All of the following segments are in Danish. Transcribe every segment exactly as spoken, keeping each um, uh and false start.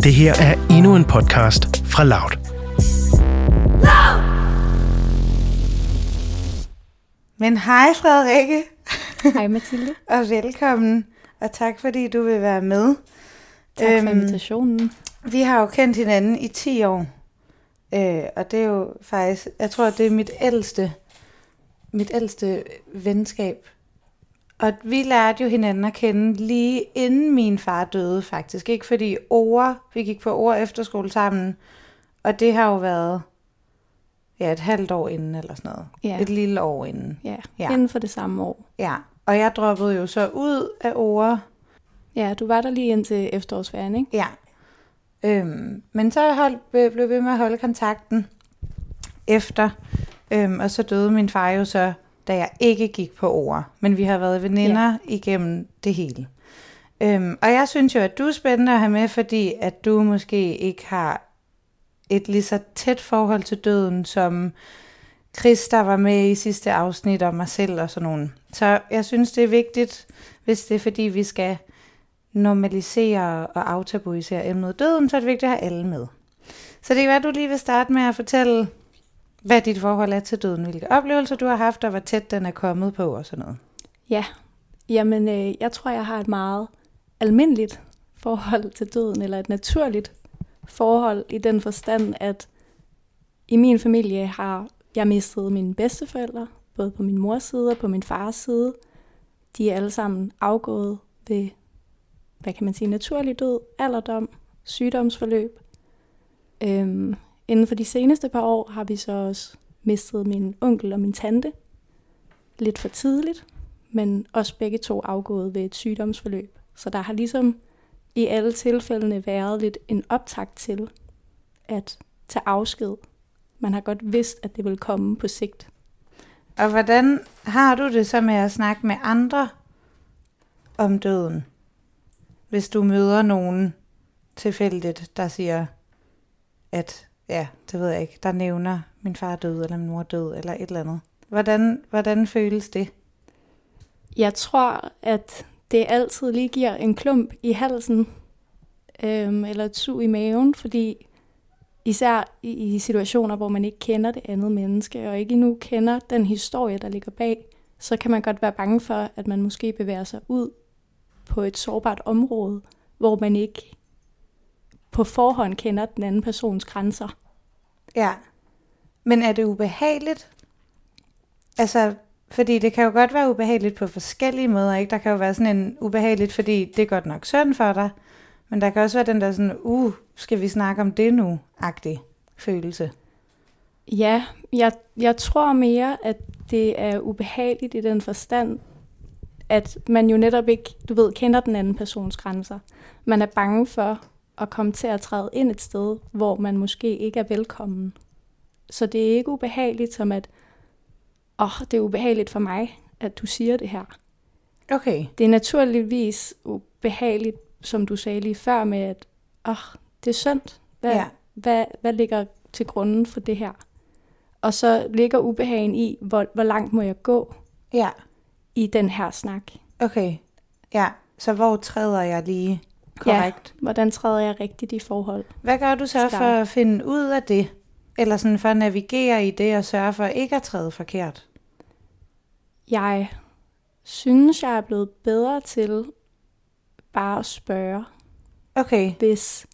Det her er endnu en podcast fra Loud. Men hej Frederikke. Hej Mathilde. Og velkommen, og tak fordi du vil være med. Tak for invitationen. Vi har jo kendt hinanden i ti år, øh, og det er jo faktisk, jeg tror det er mit ældste, mit ældste venskab. Og vi lærte jo hinanden at kende lige inden min far døde faktisk, ikke fordi Ore, vi gik på Ore efterskole sammen, og det har jo været ja, et halvt år inden eller sådan noget. Ja. Et lille år inden. Ja, ja, inden for det samme år. Ja, og jeg droppede jo så ud af Ore. Ja, du var der lige indtil efterårsferien, ikke? Ja. Øhm, men så holdt, blev vi med at holde kontakten efter, øhm, og så døde min far jo så, da jeg ikke gik på Ore. Men vi har været veninder ja. igennem det hele. Øhm, og jeg synes jo, at du er spændende at have med, fordi at du måske ikke har et lige så tæt forhold til døden, som Chris, der var med i sidste afsnit, og mig selv og sådan nogen. Så jeg synes, det er vigtigt, hvis det er fordi, vi skal normalisere og aftabuisere emnet døden, så er det vigtigt at have alle med. Så det kan være, du lige vil starte med at fortælle, hvad dit forhold er til døden, hvilke oplevelser du har haft, og hvor tæt den er kommet på og sådan noget. Ja, jamen øh, jeg tror, jeg har et meget almindeligt forhold til døden, eller et naturligt forhold i den forstand, at i min familie har jeg mistet mine bedsteforældre, både på min mors side og på min fars side. De er alle sammen afgået ved, hvad kan man sige, naturlig død, alderdom, sygdomsforløb. Øhm, inden for de seneste par år har vi så også mistet min onkel og min tante. Lidt for tidligt, men også begge to afgået ved et sygdomsforløb. Så der har ligesom i alle tilfældene været lidt en optakt til at tage afsked. Man har godt vidst, at det vil komme på sigt. Og hvordan har du det så med at snakke med andre om døden? Hvis du møder nogen tilfældigt, der siger, at, ja, det ved jeg ikke, der nævner min far død, eller min mor død, eller et eller andet. Hvordan, hvordan føles det? Jeg tror, at det altid lige giver en klump i halsen, øhm, eller et sug i maven, fordi især i, i situationer, hvor man ikke kender det andet menneske, og ikke endnu kender den historie, der ligger bag, så kan man godt være bange for, at man måske bevæger sig ud på et sårbart område, hvor man ikke på forhånd kender den anden persons grænser. Ja, men er det ubehageligt? Altså, fordi det kan jo godt være ubehageligt på forskellige måder, ikke? Der kan jo være sådan en ubehageligt, fordi det er godt nok synd for dig, men der kan også være den der sådan, uh, skal vi snakke om det nu-agtig følelse. Ja, jeg, jeg tror mere, at det er ubehageligt i den forstand, at man jo netop ikke, du ved, kender den anden persons grænser. Man er bange for at komme til at træde ind et sted, hvor man måske ikke er velkommen. Så det er ikke ubehageligt som at, åh, oh, det er ubehageligt for mig, at du siger det her. Okay. Det er naturligvis ubehageligt, som du sagde lige før, med at, åh, oh, det er synd. Hvad, ja. hvad, hvad ligger til grunden for det her? Og så ligger ubehagen i, hvor, hvor langt må jeg gå ja. i den her snak. Okay, ja. Så hvor træder jeg lige korrekt? Ja, hvordan træder jeg rigtigt i forhold? Hvad gør du så for at finde ud af det? Eller sådan for at navigere i det og sørge for ikke at træde forkert? Jeg synes, jeg er blevet bedre til bare at spørge. Okay. Hvis,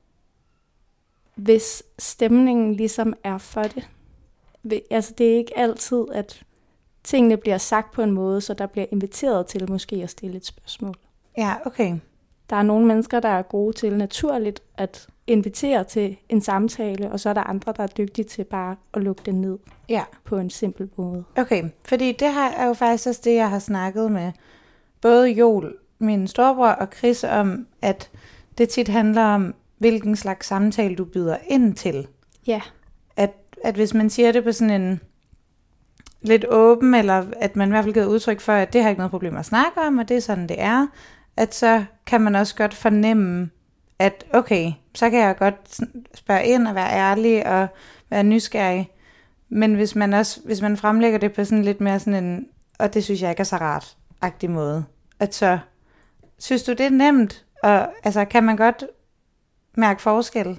hvis stemningen ligesom er for det. Altså det er ikke altid, at tingene bliver sagt på en måde, så der bliver inviteret til måske at stille et spørgsmål. Ja, okay. Der er nogle mennesker, der er gode til naturligt at invitere til en samtale, og så er der andre, der er dygtige til bare at lukke det ned ja. på en simpel måde. Okay, fordi det her er jo faktisk også det, jeg har snakket med både Joel, min storebror, og Chris om, at det tit handler om, hvilken slags samtale du byder ind til. Ja. At, at hvis man siger det på sådan en lidt åben, eller at man i hvert fald giver udtryk for, at det har ikke noget problem at snakke om, og det er sådan, det er, at så kan man også godt fornemme, at okay, så kan jeg godt spørge ind og være ærlig og være nysgerrig. Men hvis man også, hvis man fremlægger det på sådan lidt mere sådan en, og det synes jeg ikke er så rart-agtig måde, at så, synes du det er nemt? Og altså, kan man godt mærke forskel?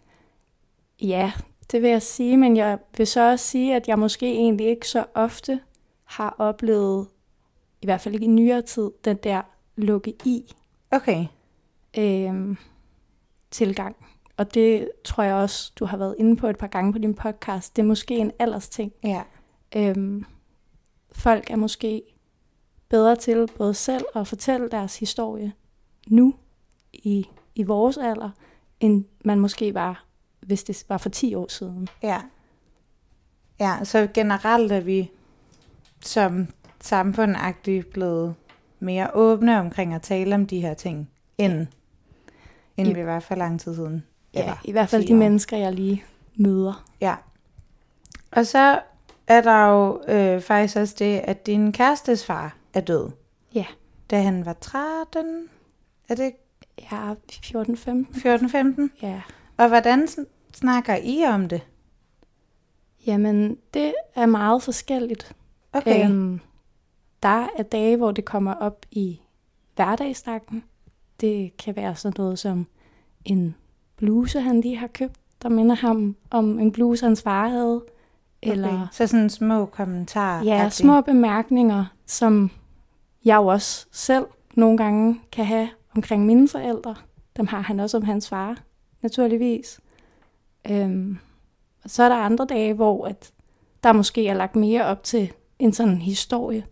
Ja, det vil jeg sige, men jeg vil så også sige, at jeg måske egentlig ikke så ofte har oplevet, i hvert fald ikke i nyere tid, den der lukke i Okay. øhm, tilgang. Og det tror jeg også, du har været inde på et par gange på din podcast. Det er måske en aldersting. Ja. Øhm, folk er måske bedre til både selv at fortælle deres historie nu i, i vores alder, end man måske var, hvis det var for ti år siden. Ja. Ja, så generelt er vi som samfundagtigt blevet mere åbne omkring at tale om de her ting, end, end I, vi var for lang tid siden. Ja, i hvert fald de mennesker, jeg lige møder. Ja. Og så er der jo øh, faktisk også det, at din kærestes far er død. Ja. Da han var tretten, er det Ja, fjorten femten. fjorten femten? Ja. Og hvordan snakker I om det? Jamen, det er meget forskelligt. Okay. Øhm, der er dage, hvor det kommer op i hverdagsnakken. Det kan være sådan noget som en bluse, han lige har købt, der minder ham om en bluse, hans far havde. Eller, okay. Så sådan små kommentarer. ja, små bemærkninger, som jeg jo også selv nogle gange kan have omkring mine forældre. Dem har han også om hans far, naturligvis. Øhm, og så er der andre dage, hvor at der måske er lagt mere op til en sådan historie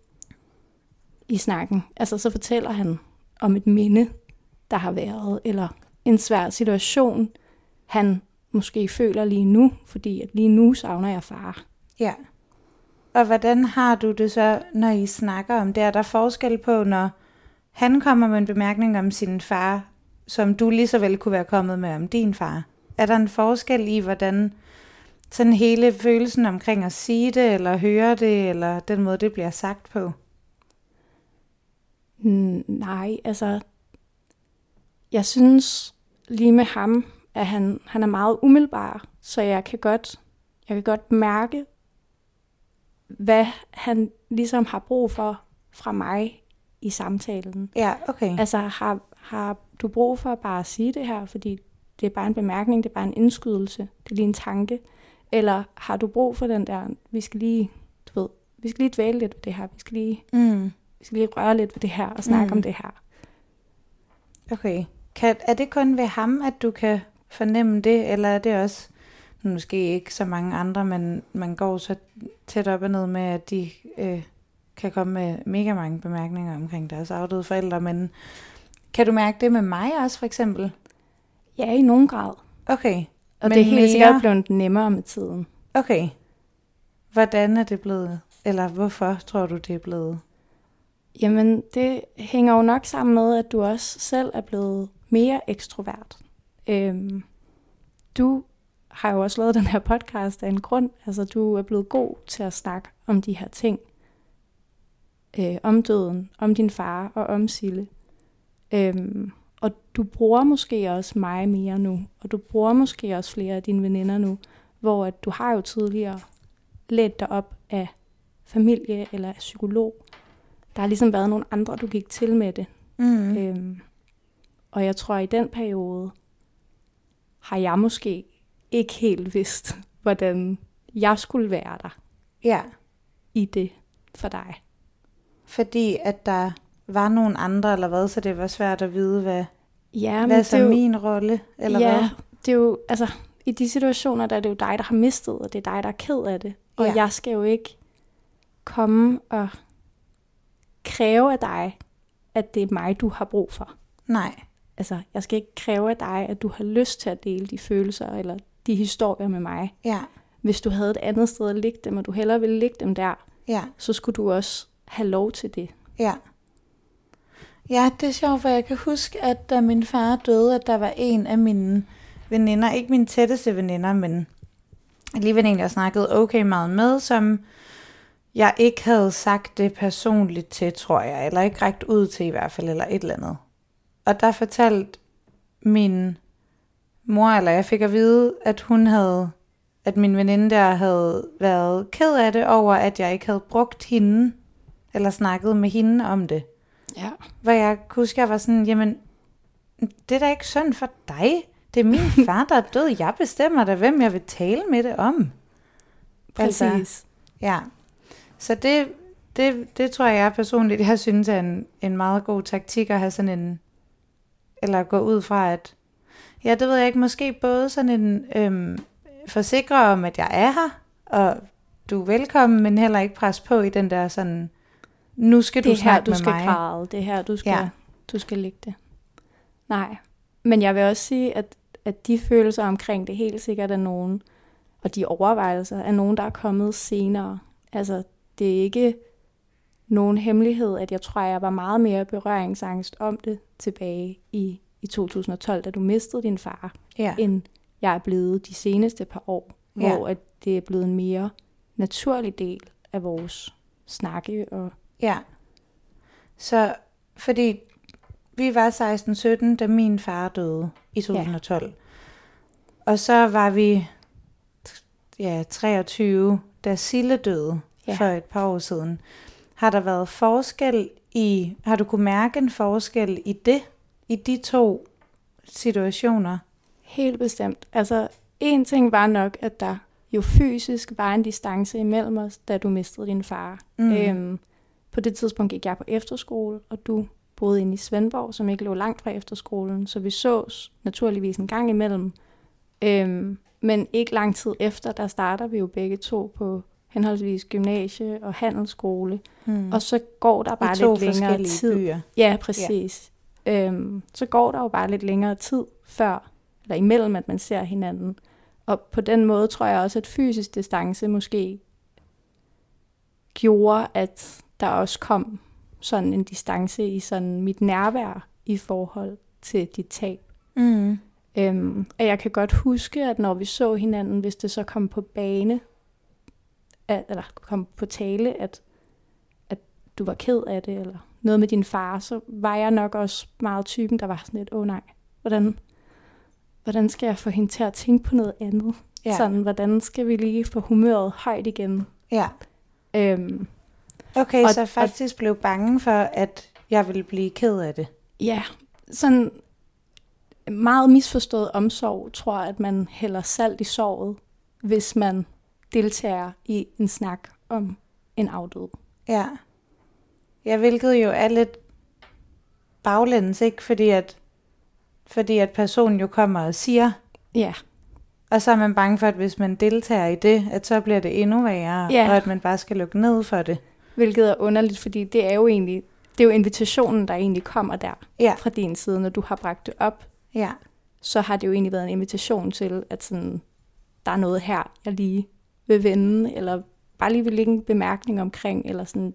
i snakken. Altså så fortæller han om et minde, der har været, eller en svær situation, han måske føler lige nu, fordi at lige nu savner jeg far. Ja. Og hvordan har du det så, når I snakker om det? Er der forskel på, når han kommer med en bemærkning om sin far, som du lige så vel kunne være kommet med om din far? Er der en forskel i, hvordan sådan hele følelsen omkring at sige det, eller høre det, eller den måde, det bliver sagt på? Mm, nej, altså, jeg synes lige med ham, at han, han er meget umiddelbar, så jeg kan godt, jeg kan godt mærke, hvad han ligesom har brug for fra mig i samtalen. Ja, okay. Altså, har, har du brug for bare at sige det her, fordi det er bare en bemærkning, det er bare en indskydelse, det er lige en tanke, eller har du brug for den der, vi skal lige, du ved, vi skal lige dvæle lidt ved det her, vi skal lige, Mm. vi skal lige røre lidt ved det her og snakke Mm. om det her. Okay. Kan, er det kun ved ham, at du kan fornemme det, eller er det også, måske ikke så mange andre, men man går så tæt op og ned med, at de øh, kan komme med mega mange bemærkninger omkring deres afdøde forældre, men kan du mærke det med mig også, for eksempel? Ja, i nogen grad. Okay. Og men det er helt mere... sikkert blevet nemmere med tiden. Okay. Hvordan er det blevet? Eller hvorfor tror du, det er blevet? Jamen, det hænger jo nok sammen med, at du også selv er blevet mere ekstrovert. Øhm, du har jo også lavet den her podcast af en grund. Altså, du er blevet god til at snakke om de her ting. Øh, om døden, om din far og om Sille. Øhm, og du bruger måske også mig mere nu. Og du bruger måske også flere af dine veninder nu. Hvor at du har jo tidligere lædt dig op af familie eller af psykolog. Der har ligesom været nogle andre, du gik til med det. Mm. Øhm, og jeg tror, at i den periode har jeg måske ikke helt vidst, hvordan jeg skulle være der Ja, i det for dig. fordi at der var nogle andre, eller hvad, så det var svært at vide, hvad, Ja, men hvad er det så er jo, min rolle, eller ja, hvad? det er jo, altså, i de situationer, der er det jo dig, der har mistet, og det er dig, der er ked af det. Og Ja. jeg skal jo ikke komme og kræve af dig, at det er mig, du har brug for. Nej, Altså, jeg skal ikke kræve af dig, at du har lyst til at dele de følelser, eller de historier med mig. ja, Hvis du havde et andet sted at lægge dem, og du hellere ville lægge dem der, ja, så skulle du også have lov til det. ja. Ja, det er sjovt, for jeg kan huske, at da min far døde, at der var en af mine veninder, ikke mine tætteste veninder, men alligevel en, jeg snakkede okay meget med, som jeg ikke havde sagt det personligt til, tror jeg, eller ikke rækt ud til i hvert fald, eller et eller andet. Og der fortalte min mor, eller jeg fik at vide, at hun havde, at min veninde der havde været ked af det over, at jeg ikke havde brugt hende, eller snakket med hende om det. Ja. Hvor jeg kunne huske, jeg var sådan, jamen, det er da ikke synd for dig. det er min far, der er død. Jeg bestemmer da, hvem jeg vil tale med det om. Præcis. Altså, ja. Så det, det, det tror jeg personligt, jeg synes er en, en meget god taktik at have sådan en, eller gå ud fra, at, ja, det ved jeg ikke, måske både sådan en øhm, forsikre om, at jeg er her, og du er velkommen, men heller ikke presse på i den der sådan, nu skal du det er snakke her, du med skal mig. græde, det er her, du skal, Ja. du skal lægge det. Nej, men jeg vil også sige, at, at de følelser omkring det helt sikkert er nogen, og de overvejelser er nogen, der er kommet senere. Altså, det er ikke nogen hemmelighed, at jeg tror, jeg var meget mere berøringsangst om det tilbage i, i to tusind og tolv, da du mistede din far, Ja. end jeg er blevet de seneste par år, Ja. hvor at det er blevet en mere naturlig del af vores snakke. Og Ja. Så, fordi vi var seksten sytten, da min far døde i to tusind og tolv. Ja. Og så var vi ja, treogtyve, da Sille døde Ja. for et par år siden. Har der været forskel i, har du kunne mærke en forskel i det, i de to situationer? Helt bestemt. Altså, en ting var nok, at der jo fysisk var en distance imellem os, da du mistede din far. Mm. Øhm, på det tidspunkt gik jeg på efterskole, og du boede inde i Svendborg, som ikke lå langt fra efterskolen, så vi sås naturligvis en gang imellem. Øhm, men ikke lang tid efter, der starter vi jo begge to på henholdsvis gymnasie og handelsskole, Mm. og så går der bare I to lidt længere forskellige tid. byer. Ja, præcis. Ja. Øhm, så går der jo bare lidt længere tid før, eller imellem, at man ser hinanden. Og på den måde tror jeg også, at fysisk distance måske gjorde, at der også kom sådan en distance i sådan mit nærvær i forhold til dit tab. Mm. Øhm, og jeg kan godt huske, at når vi så hinanden, hvis det så kom på bane, at, eller kom på tale, at, at du var ked af det, eller noget med din far, så var jeg nok også meget typen, der var sådan lidt, åh oh, nej, hvordan, hvordan skal jeg få hende til at tænke på noget andet? Ja. Sådan, hvordan skal vi lige få humøret højt igen? Ja. Øhm, Okay, Og- så jeg faktisk blev bange for, at jeg ville blive ked af det. ja, sådan meget misforstået omsorg, tror jeg, at man hælder salt i såret, hvis man deltager i en snak om en afdød. Ja. Ja, hvilket jo er lidt baglæns, ikke? Fordi at, fordi at personen jo kommer og siger, Ja, og så er man bange for, at hvis man deltager i det, at så bliver det endnu værre, Ja. og at man bare skal lukke ned for det. hvilket er underligt, fordi det er jo egentlig, det er jo invitationen, der egentlig kommer der Ja, fra din side, når du har bragt det op. ja, Så har det jo egentlig været en invitation til, at sådan, der er noget her, jeg lige vil vende, eller bare lige vil lægge en bemærkning omkring, eller sådan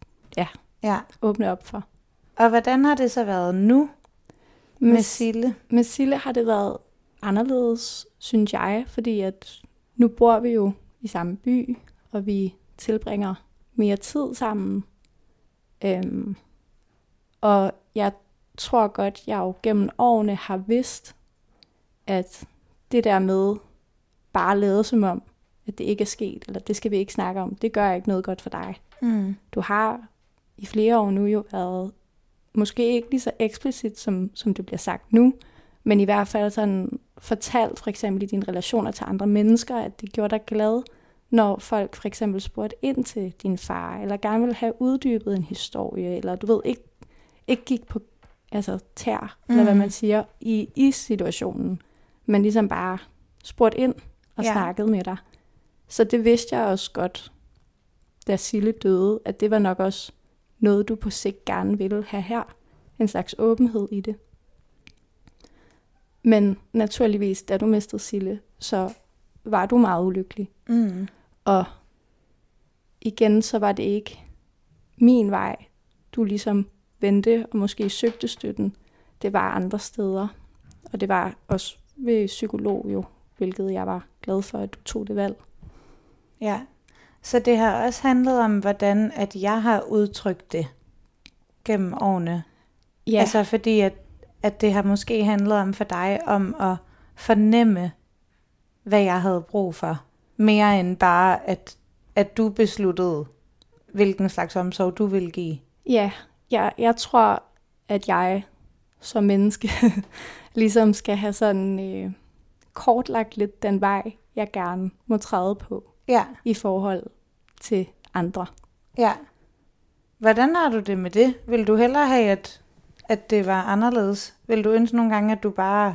ja. åbne op for. Og hvordan har det så været nu med, med Sille? Med Sille har det været anderledes, synes jeg, fordi at nu bor vi jo i samme by, og vi tilbringer mere tid sammen. Øhm, og jeg tror godt, jeg jo gennem årene har vidst, at det der med bare at lade som om, at det ikke er sket, eller det skal vi ikke snakke om, det gør ikke noget godt for dig. Mm. Du har i flere år nu jo været, måske ikke lige så eksplicit, som, som det bliver sagt nu, men i hvert fald sådan fortalt for eksempel i dine relationer til andre mennesker, at det gjorde dig glad, når folk for eksempel spurgte ind til din far, eller gerne ville have uddybet en historie, eller du ved, ikke, ikke gik på altså, tær, mm. eller hvad man siger, i, i situationen, men ligesom bare spurgte ind og Ja. snakkede med dig. Så det vidste jeg også godt, da Sille døde, at det var nok også noget, du på sigt gerne ville have her. En slags åbenhed i det. Men naturligvis, da du mistede Sille, så var du meget ulykkelig. Mm. Og igen, så var det ikke min vej, du ligesom vendte og måske søgte støtten. Det var andre steder. Og det var også ved psykolog jo, hvilket jeg var glad for, at du tog det valg. Ja, så det har også handlet om, hvordan at jeg har udtrykt det gennem årene. Ja, Altså fordi, at, at det har måske handlet om for dig, om at fornemme, hvad jeg havde brug for. Mere end bare, at, at du besluttede, hvilken slags omsorg du ville give. ja jeg, jeg tror, at jeg som menneske ligesom skal have sådan øh, kortlagt lidt den vej, jeg gerne må træde på Ja. i forhold til andre. Ja. Hvordan har du det med det? Vil du hellere have, at, at det var anderledes? Vil du ønske nogle gange, at du bare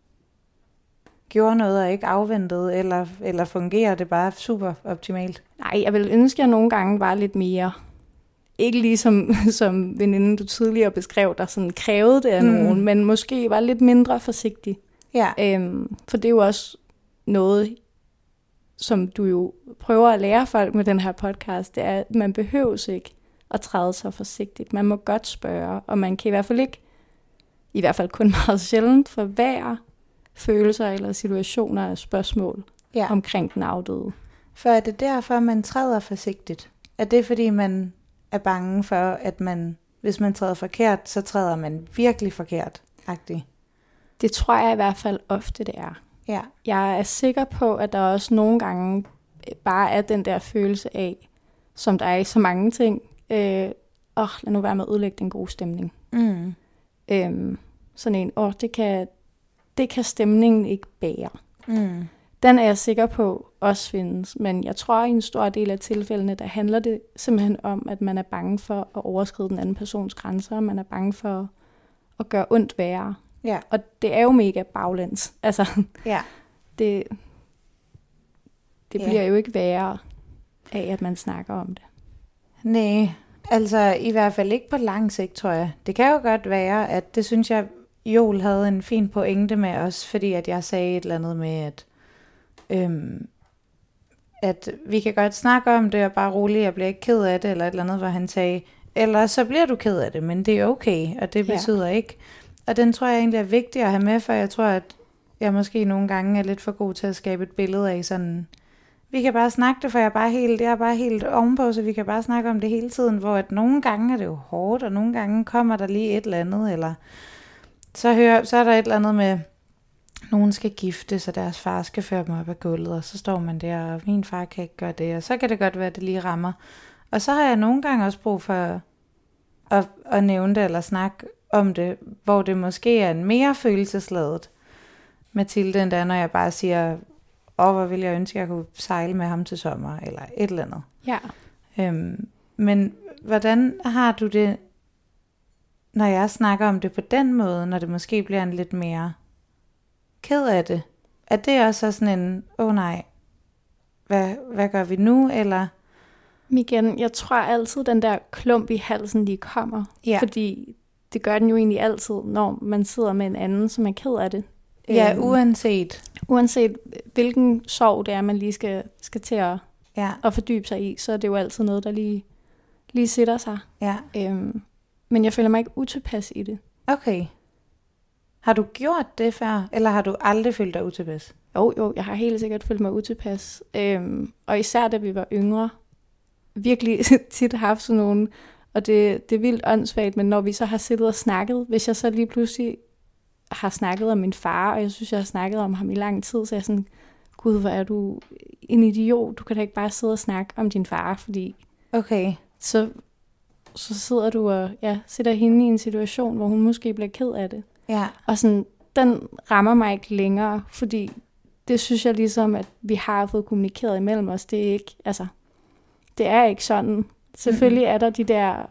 gjorde noget og ikke afventede, eller, eller fungerer det bare super optimalt? Nej, jeg vil ønske, at jeg nogle gange var lidt mere, ikke ligesom som veninden, du tidligere beskrev, der sådan krævede det af mm. nogen, men måske var lidt mindre forsigtig. Ja. Øhm, for det er jo også noget, som du jo prøver at lære folk med den her podcast, det er, at man behøves ikke at træde så forsigtigt. Man må godt spørge, og man kan i hvert fald ikke, i hvert fald kun meget sjældent, forvære følelser eller situationer af spørgsmål Ja. omkring den afdøde. For er det derfor, man træder forsigtigt? Er det, fordi man er bange for, at man, hvis man træder forkert, så træder man virkelig forkert-agtigt? Det tror jeg i hvert fald ofte, det er. Ja. Jeg er sikker på, at der også nogle gange bare er den der følelse af, som der er i så mange ting, øh, åh, lad nu være med at ødelægge den gode stemning. Mm. Øhm, sådan en, åh, det kan, det kan stemningen ikke bære. Mm. Den er jeg sikker på også findes, men jeg tror i en stor del af tilfældene, der handler det simpelthen om, at man er bange for at overskride den anden persons grænser, man er bange for at gøre ondt værre. Ja. Og det er jo mega baglæns. Altså, Ja. det, det Ja. bliver jo ikke værre af, at man snakker om det. Nej, altså i hvert fald ikke på lang sigt, tror jeg. Det kan jo godt være, at det synes jeg, Joel havde en fin pointe med os, fordi at jeg sagde et eller andet med, at, øhm, at vi kan godt snakke om det, og bare roligt, jeg bliver ikke ked af det, eller et eller andet, hvor han sagde, eller så bliver du ked af det, men det er okay, og det betyder ja. ikke. Og den tror jeg egentlig er vigtig at have med, for jeg tror, at jeg måske nogle gange er lidt for god til at skabe et billede af sådan, vi kan bare snakke det, for jeg er bare helt, jeg er bare helt ovenpå, så vi kan bare snakke om det hele tiden, hvor at nogle gange er det jo hårdt, og nogle gange kommer der lige et eller andet, eller så, hører, så er der et eller andet med, nogen skal gifte, så deres far skal føre dem op ad gulvet, og så står man der, og min far kan ikke gøre det, og så kan det godt være, at det lige rammer. Og så har jeg nogle gange også brug for at, at nævne det, eller snakke om det, hvor det måske er en mere følelsesladet Mathilde, end der, når jeg bare siger, åh, hvor ville jeg ønske, at jeg kunne sejle med ham til sommer, eller et eller andet. Ja. Øhm, men hvordan har du det, når jeg snakker om det på den måde, når det måske bliver en lidt mere ked af det? Er det også sådan en, åh oh, nej, hvad, hvad gør vi nu, eller? Igen, jeg tror altid, den der klump i halsen lige kommer, Ja. fordi det gør den jo egentlig altid, når man sidder med en anden, som er ked af det. Ja, Øhm, uanset. Uanset hvilken sorg det er, man lige skal, skal til at, Ja, at fordybe sig i, så er det jo altid noget, der lige, lige sætter sig. ja, Øhm, men jeg føler mig ikke utilpas i det. okay. Har du gjort det før, eller har du aldrig følt dig utilpas? Jo, jo, jeg har helt sikkert følt mig utilpas. Øhm, og især da vi var yngre, virkelig tit haft sådan nogle, og det, det er vildt åndssvagt, men når vi så har siddet og snakket, hvis jeg så lige pludselig har snakket om min far, og jeg synes, jeg har snakket om ham i lang tid, så er jeg sådan, gud, hvor er du en idiot, du kan da ikke bare sidde og snakke om din far, fordi Okay. så, så sidder du og ja, sætter hende i en situation, hvor hun måske bliver ked af det. Ja, Og sådan, den rammer mig ikke længere, fordi det synes jeg ligesom, at vi har fået kommunikeret imellem os. Det er ikke, altså, det er ikke sådan. Selvfølgelig er der de der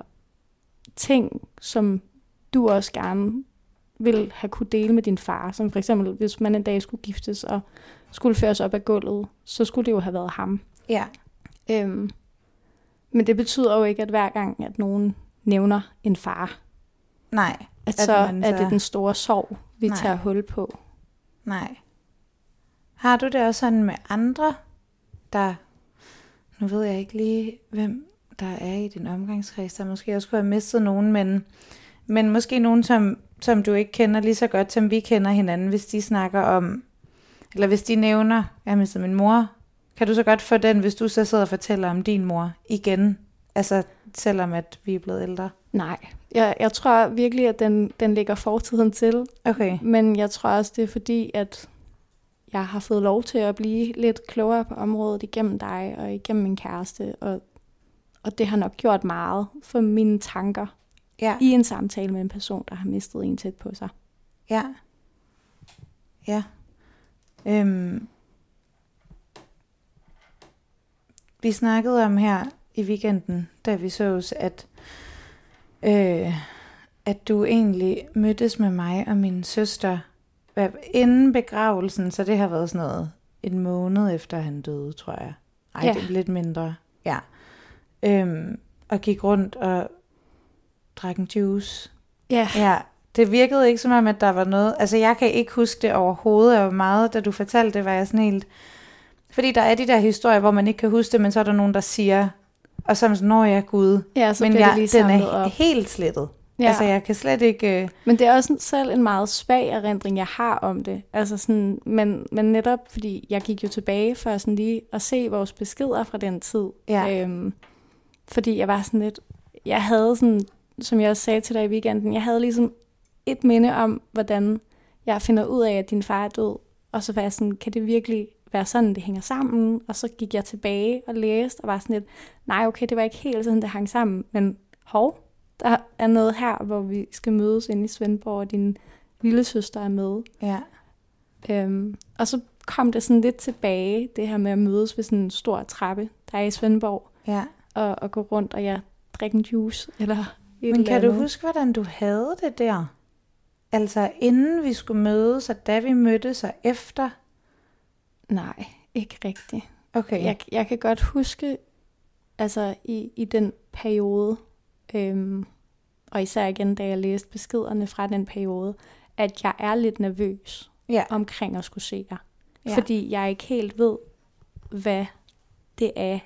ting, som du også gerne vil have kunne dele med din far. Som for eksempel, hvis man en dag skulle giftes og skulle føres op af gulvet, så skulle det jo have været ham. ja, Øhm, men det betyder jo ikke, at hver gang, at nogen nævner en far, nej, at, At så man er så- det den store sorg, vi Nej. tager hul på. nej. Har du det også sådan med andre, der, nu ved jeg ikke lige, hvem der er i din omgangskreds, der måske også kunne have mistet nogen, men, men måske nogen, som, som du ikke kender lige så godt, som vi kender hinanden, hvis de snakker om, eller hvis de nævner, jeg har mistet min mor, kan du så godt få den, hvis du så sidder og fortæller om din mor igen, altså selvom at vi er blevet ældre? Nej, jeg, jeg tror virkelig, at den, den ligger fortiden til. Okay, Men jeg tror også, det er fordi, at jeg har fået lov til at blive lidt klogere på området igennem dig og igennem min kæreste. Og, og det har nok gjort meget for mine tanker Ja. i en samtale med en person, der har mistet en tæt på sig. Ja. Ja. Øhm. Vi snakkede om her i weekenden, da vi sås, at, øh, at du egentlig mødtes med mig og min søster hvad, inden begravelsen, så det har været sådan noget en måned efter han døde, tror jeg. Ej, Ja. det er lidt mindre. Ja. Øhm, og gik rundt og drak en juice. Ja. Ja, det virkede ikke som om, at der var noget. Altså, jeg kan ikke huske det overhovedet, og meget, da du fortalte det, var jeg sådan helt. Fordi der er de der historier, hvor man ikke kan huske det, men så er der nogen, der siger, og så er man sådan, nå ja, Gud. Ja, så men bliver jeg, det lige den samlet er op. helt slettet. Ja. Altså, jeg kan slet ikke. Øh... Men det er også selv en meget svag erindring, jeg har om det. Altså sådan, men, men netop fordi jeg gik jo tilbage for sådan lige at se vores beskeder fra den tid. Ja. Øhm, fordi jeg var sådan lidt, jeg havde sådan, som jeg også sagde til dig i weekenden, jeg havde ligesom et minde om, hvordan jeg finder ud af, at din far er død. Og så var jeg sådan, kan det virkelig være sådan, det hænger sammen? Og så gik jeg tilbage og læste, og var sådan lidt, nej okay, det var ikke helt sådan, det hang sammen, men hov, der er noget her, hvor vi skal mødes inde i Svendborg, og din lille søster er med. Ja. Øhm, og så kom det sådan lidt tilbage, det her med at mødes ved sådan en stor trappe, der er i Svendborg, Ja. og, og gå rundt, og jeg drikker en juice, eller et Men eller kan du andet. huske, hvordan du havde det der? Altså, inden vi skulle mødes, og da vi mødtes, og efter? Nej, ikke rigtigt. Okay. Jeg, jeg kan godt huske, altså i, i den periode, øhm, og især igen, da jeg læste beskederne fra den periode, at jeg er lidt nervøs Ja. omkring at skulle se jer. Ja. Fordi jeg ikke helt ved, hvad det er,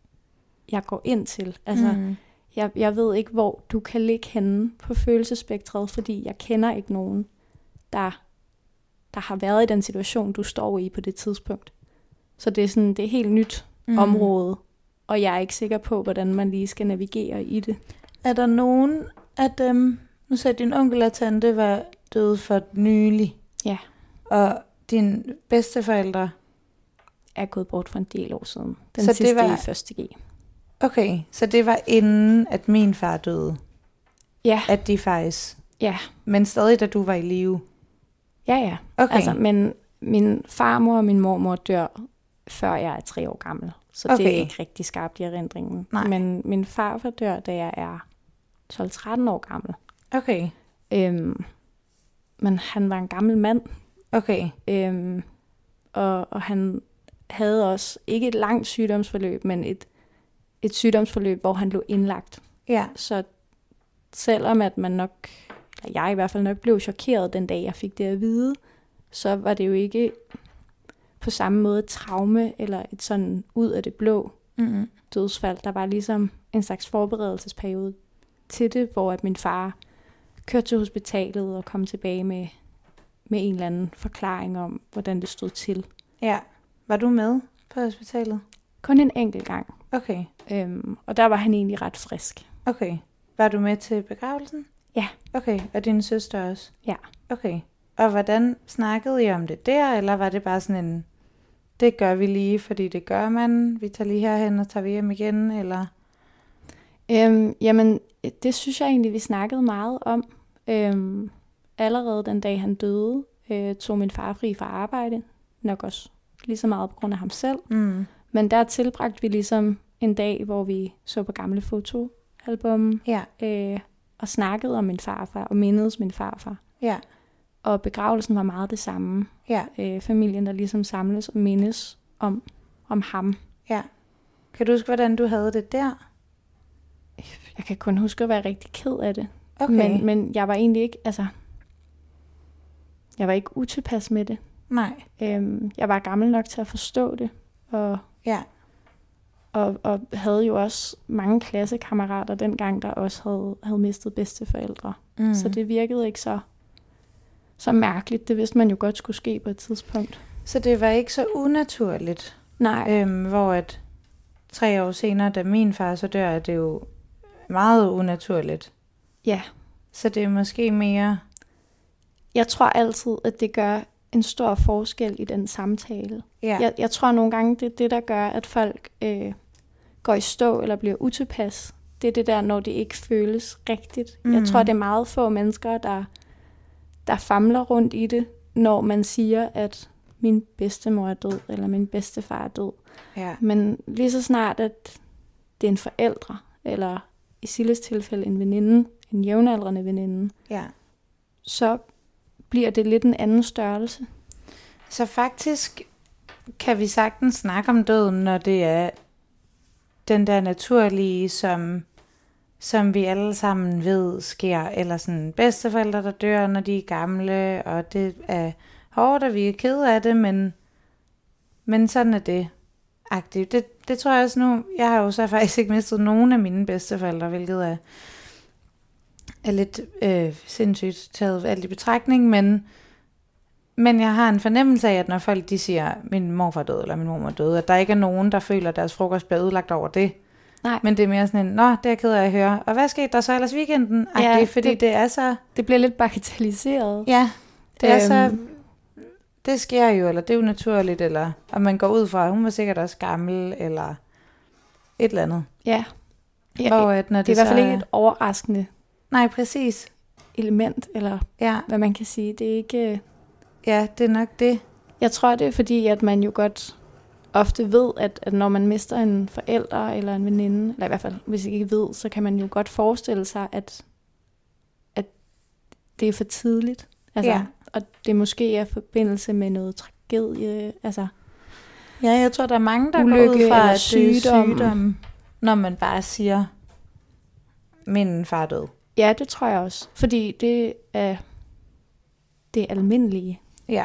jeg går ind til. Altså, Mm. jeg, jeg ved ikke, hvor du kan ligge henne på følelsespektret, fordi jeg kender ikke nogen, der, der har været i den situation, du står i på det tidspunkt. Så det er sådan, det er helt nyt Mm. mm. område, og jeg er ikke sikker på, hvordan man lige skal navigere i det. Er der nogen af dem, nu sagde din onkel og tante var døde for nylig, Ja, og dine bedsteforældre, jeg er gået bort for en del år siden. Den Så det sidste var- i første G. okay, så det var inden, at min far døde, Ja, at de faktisk, ja, men stadig da du var i live. ja, ja. Okay. Altså, men min farmor og min mormor dør, før jeg er tre år gammel. Så okay. det Okay. er ikke rigtig skarpt i erindringen. Nej. Men min farfar dør, da jeg er tolv tretten år gammel. Okay, Øhm, men han var en gammel mand, okay, øhm, og, og han havde også ikke et langt sygdomsforløb, men et, et sygdomsforløb, hvor han lå indlagt. ja, Så selvom at man nok, eller jeg i hvert fald nok blev chokeret den dag, jeg fik det at vide, så var det jo ikke på samme måde et traume, eller et sådan ud af det blå mm-hmm. dødsfald. Der var ligesom en slags forberedelsesperiode til det, hvor at min far kørte til hospitalet og kom tilbage med, med en eller anden forklaring om, hvordan det stod til. Ja. Var du med på hospitalet? Kun en enkelt gang. Okay, Øhm, og der var han egentlig ret frisk. okay. Var du med til begravelsen? Ja. Okay, og din søster også? Ja. Okay. Og hvordan snakkede I om det der, eller var det bare sådan en, det gør vi lige, fordi det gør man, vi tager lige herhen og tager vi hjem igen, eller? Øhm, jamen, det synes jeg egentlig, vi snakkede meget om. Øhm, allerede den dag, han døde, øh, tog min far fri fra arbejde. Nok også lige så meget på grund af ham selv. Mm. Men der tilbragte vi ligesom en dag, hvor vi så på gamle fotoalbum Ja, øh, og snakkede om min farfar og mindedes min farfar. ja, Og begravelsen var meget det samme. ja, Øh, familien, der ligesom samles og mindes om, om ham. ja. Kan du huske, hvordan du havde det der? Jeg kan kun huske at være rigtig ked af det. Okay, Men, men jeg var egentlig ikke, altså, jeg var ikke utilpas med det. nej, Øhm, jeg var gammel nok til at forstå det, og, ja, og, og havde jo også mange klassekammerater dengang, der også havde, havde mistet bedsteforældre. mm. Mm. Så det virkede ikke så, så mærkeligt. Det vidste man jo godt skulle ske på et tidspunkt. Så det var ikke så unaturligt, Nej, øhm, hvor at tre år senere, da min far så dør, er det jo meget unaturligt. ja. Så det er måske mere, Jeg tror altid, at det gør en stor forskel i den samtale. ja, Jeg, jeg tror nogle gange, det er det, der gør, at folk øh, går i stå eller bliver utilpas. det er det der, når det ikke føles rigtigt. Mm. Jeg tror, det er meget få mennesker, der, der famler rundt i det, når man siger, at min bedstemor er død, eller min bedstefar er død. Ja. Men lige så snart, at det er en forældre, eller i Silles tilfælde en veninde, en jævnaldrende veninde, Ja. så bliver det lidt en anden størrelse. Så faktisk kan vi sagtens snakke om døden, når det er den der naturlige, som, som vi alle sammen ved sker, eller sådan bedsteforældre, der dør, når de er gamle, og det er hårdt, og vi er kede af det, men, men sådan er det aktivt. Det, det tror jeg også nu, jeg har jo så faktisk ikke mistet nogen af mine bedsteforældre, hvilket er, er lidt øh, sindssygt taget alt i betragtning, men Men jeg har en fornemmelse af, at når folk de siger, min morfar er død, eller min mor er død, at der ikke er nogen, der føler, at deres frokost bliver ødelagt over det. Nej. Men det er mere sådan en, nå, det er jeg ked af at høre. Og hvad skete der så ellers weekenden? Ja, det, fordi det, det er så... Det bliver lidt bagatelliseret. Ja, det er øhm. så... Det sker jo, eller det er jo naturligt, eller... Og man går ud fra, at hun var sikkert også gammel, eller et eller andet. Ja. ja Hvor, at når det er det i hvert fald så... ikke et overraskende Nej, præcis. element, eller Ja. hvad man kan sige. Det er ikke... Ja, det er nok det. Jeg tror, det er fordi, at man jo godt ofte ved, at, at når man mister en forælder eller en veninde, eller i hvert fald, hvis I ikke ved, så kan man jo godt forestille sig, at, at det er for tidligt. Altså, Ja. Og det måske er i forbindelse med noget tragedie. Altså, Ja, jeg tror, der er mange, der Ulykke går ud fra, eller at det er sygdom. sygdom, når man bare siger, min far er død. ja, det tror jeg også. Fordi det er det almindelige. Ja.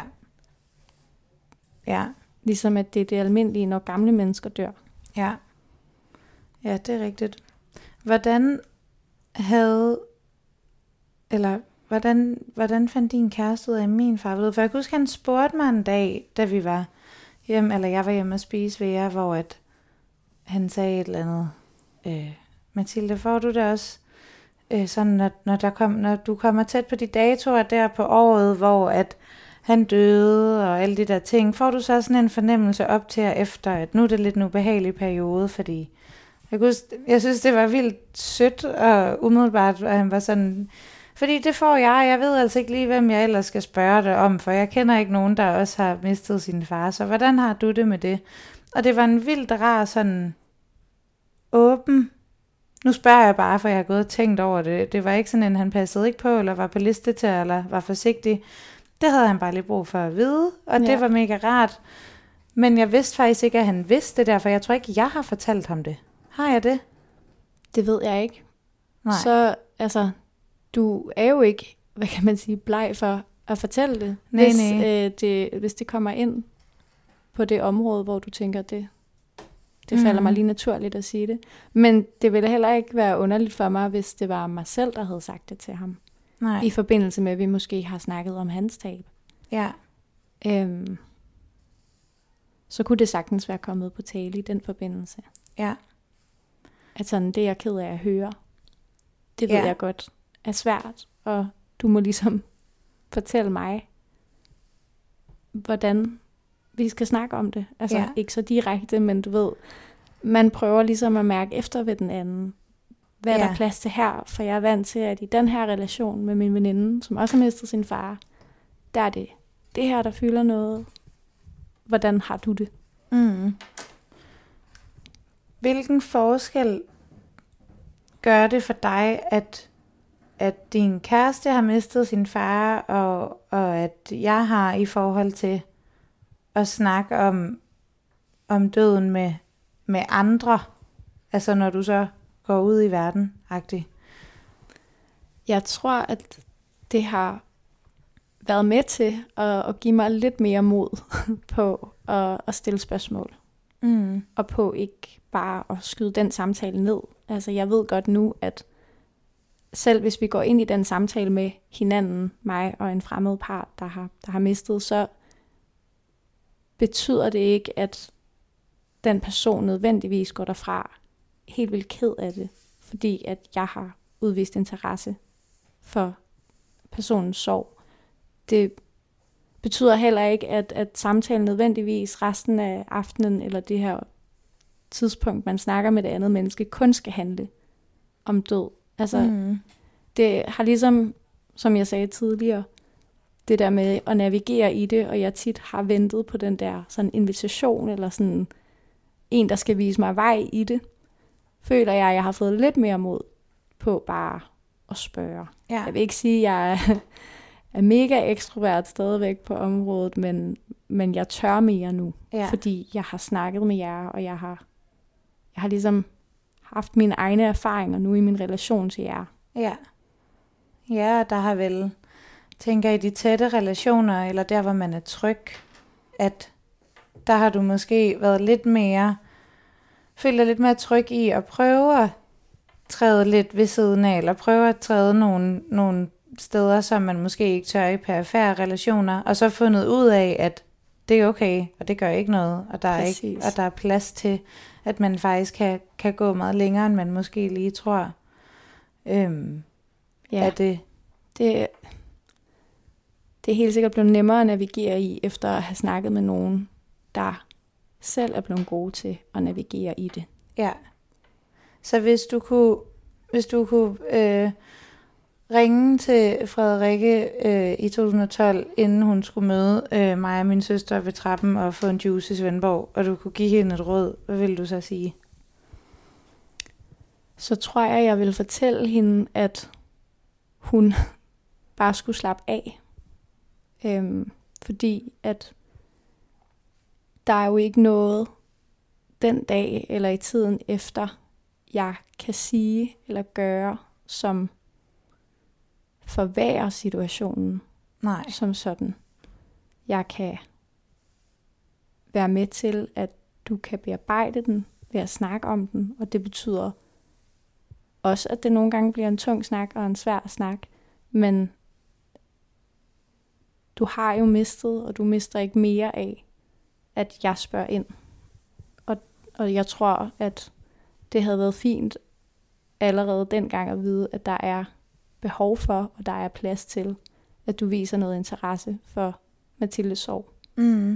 Ja. Ligesom at det er det almindelige, når gamle mennesker dør. Ja. Ja, det er rigtigt. Hvordan havde, eller hvordan, hvordan fandt din kæreste ud af min far ved? For jeg kan huske, han spurgte mig en dag, da vi var hjemme, eller jeg var hjemme og spise ved jer, hvor at han sagde et eller andet, øh, Mathilde, får du det også? Øh, sådan, når, når, der kom, når du kommer tæt på de datoer der på året, hvor at han døde og alle de der ting, får du så sådan en fornemmelse op til og efter, at nu er det lidt en ubehagelig periode, fordi jeg, kunne, jeg synes, det var vildt sødt og umiddelbart, at han var sådan, fordi det får jeg, jeg ved altså ikke lige, hvem jeg ellers skal spørge dig om, for jeg kender ikke nogen, der også har mistet sin far, så hvordan har du det med det? Og det var en vildt rar sådan åben. Nu spørger jeg bare, for jeg har gået og tænkt over det. Det var ikke sådan en, han passede ikke på, eller var på liste til, eller var forsigtig. Det havde han bare lige brug for at vide, og ja. Det var mega rart. Men jeg vidste faktisk ikke, at han vidste det der, for jeg tror ikke, jeg har fortalt ham det. Har jeg det? Det ved jeg ikke. Nej. Så altså, du er jo ikke, hvad kan man sige, bleg for at fortælle det, Nej, hvis, nej. øh, det, hvis det kommer ind på det område, hvor du tænker, det, det falder Mhm. mig lige naturligt at sige det. Men det ville heller ikke være underligt for mig, hvis det var mig selv, der havde sagt det til ham. Nej. I forbindelse med, at vi måske har snakket om hans tab. Ja. Øhm, så kunne det sagtens være kommet på tale i den forbindelse. Ja. At sådan, det er jeg ked af at høre. Det ved Ja. jeg godt er svært, og du må ligesom fortælle mig, hvordan vi skal snakke om det. Altså Ja. ikke så direkte, men du ved, man prøver ligesom at mærke efter ved den anden. Hvad er Ja. der plads til her? For jeg er vant til, at i den her relation med min veninde, som også har mistet sin far, der er det det her, der fylder noget. Hvordan har du det? Mm. Hvilken forskel gør det for dig, at, at din kæreste har mistet sin far, og, og at jeg har i forhold til at snakke om, om døden med, med andre? Altså når du så går ud i verden, agtigt. Jeg tror, at det har været med til at, at give mig lidt mere mod på at, at stille spørgsmål. Mm. Og på ikke bare at skyde den samtale ned. Altså jeg ved godt nu, at selv hvis vi går ind i den samtale med hinanden, mig og en fremmed part, der har, der har mistet, så betyder det ikke, at den person nødvendigvis går derfra helt vildt ked af det, fordi at jeg har udvist interesse for personens sorg. Det betyder heller ikke, at, at samtalen nødvendigvis resten af aftenen, eller det her tidspunkt, man snakker med det andet menneske, kun skal handle om død. Altså, Mm. det har ligesom, som jeg sagde tidligere, det der med at navigere i det, og jeg tit har ventet på den der sådan invitation, eller sådan en, der skal vise mig vej i det, føler jeg, at jeg har fået lidt mere mod på bare at spørge. Ja. Jeg vil ikke sige, at jeg er, er mega ekstrovert stadigvæk på området, men, men jeg tør mere nu, Ja. fordi jeg har snakket med jer, og jeg har, jeg har ligesom haft mine egne erfaringer nu i min relation til jer. Ja. Ja, der har vel, tænker i de tætte relationer, eller der, hvor man er tryg, at der har du måske været lidt mere, følt dig lidt mere tryg i at prøve at træde lidt ved siden af, eller prøve at træde nogle, nogle steder, som man måske ikke tør i perifære relationer, og så fundet ud af, at det er okay, og det gør ikke noget, og der er, ikke, og der er plads til, at man faktisk kan, kan gå meget længere, end man måske lige tror. Øhm, Ja, er det... det, det er helt sikkert blevet nemmere at navigere i, efter at have snakket med nogen, der selv er blevet gode til at navigere i det. Ja. Så hvis du kunne, hvis du kunne øh, ringe til Frederikke øh, i to tusind og tolv, inden hun skulle møde øh, mig og min søster ved trappen og få en juice i Svendborg, og du kunne give hende et råd, hvad ville du så sige? Så tror jeg, jeg vil fortælle hende, at hun bare skulle slappe af. Øhm, fordi at der er jo ikke noget den dag eller i tiden efter, jeg kan sige eller gøre, som forværrer situationen. Nej. Som sådan. Jeg kan være med til, at du kan bearbejde den ved at snakke om den, og det betyder også, at det nogle gange bliver en tung snak og en svær snak, men du har jo mistet, og du mister ikke mere af, at jeg spørger ind. Og, og jeg tror, at det havde været fint allerede dengang at vide, at der er behov for, og der er plads til, at du viser noget interesse for Mathildes sorg. Mm.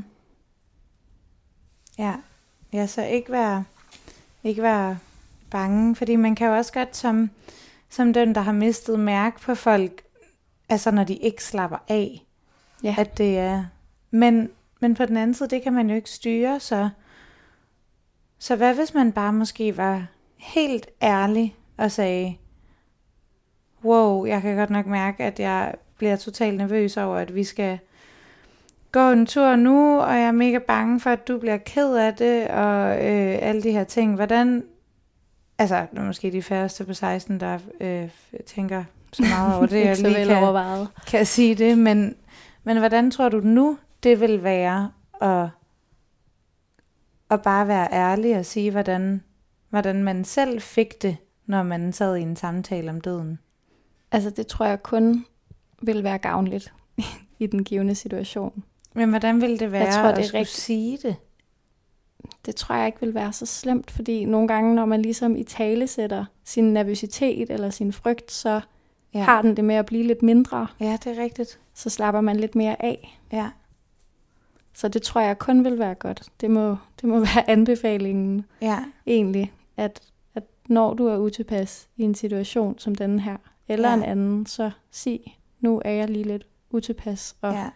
Ja. Ja, så ikke være, ikke være bange, fordi man kan jo også godt som, som den, der har mistet mærke på folk, altså når de ikke slapper af, Ja. at det er, men, men på den anden side, det kan man jo ikke styre, så, så hvad hvis man bare måske var helt ærlig og sagde, wow, jeg kan godt nok mærke, at jeg bliver totalt nervøs over, at vi skal gå en tur nu, og jeg er mega bange for, at du bliver ked af det, og øh, alle de her ting. Hvordan, altså, det er måske de færreste på seksten, der øh, tænker så meget over det, jeg lige kan, kan sige det, men, men hvordan tror du nu, det vil være at, at bare være ærlig og sige, hvordan, hvordan man selv fik det, når man sad i en samtale om døden? Altså, det tror jeg kun vil være gavnligt i den givne situation. Men hvordan ville det være jeg tror, det at er skulle rigt... sige det? Det tror jeg ikke vil være så slemt, fordi nogle gange, når man ligesom i tale sætter sin nervøsitet eller sin frygt, så ja. har den det med at blive lidt mindre. Ja, det er rigtigt. Så slapper man lidt mere af. Ja. Så det tror jeg kun vil være godt. Det må, det må være anbefalingen ja. egentlig, at, at når du er utilpas i en situation som denne her, eller ja. en anden, så sig, nu er jeg lige lidt utilpas. Og ja.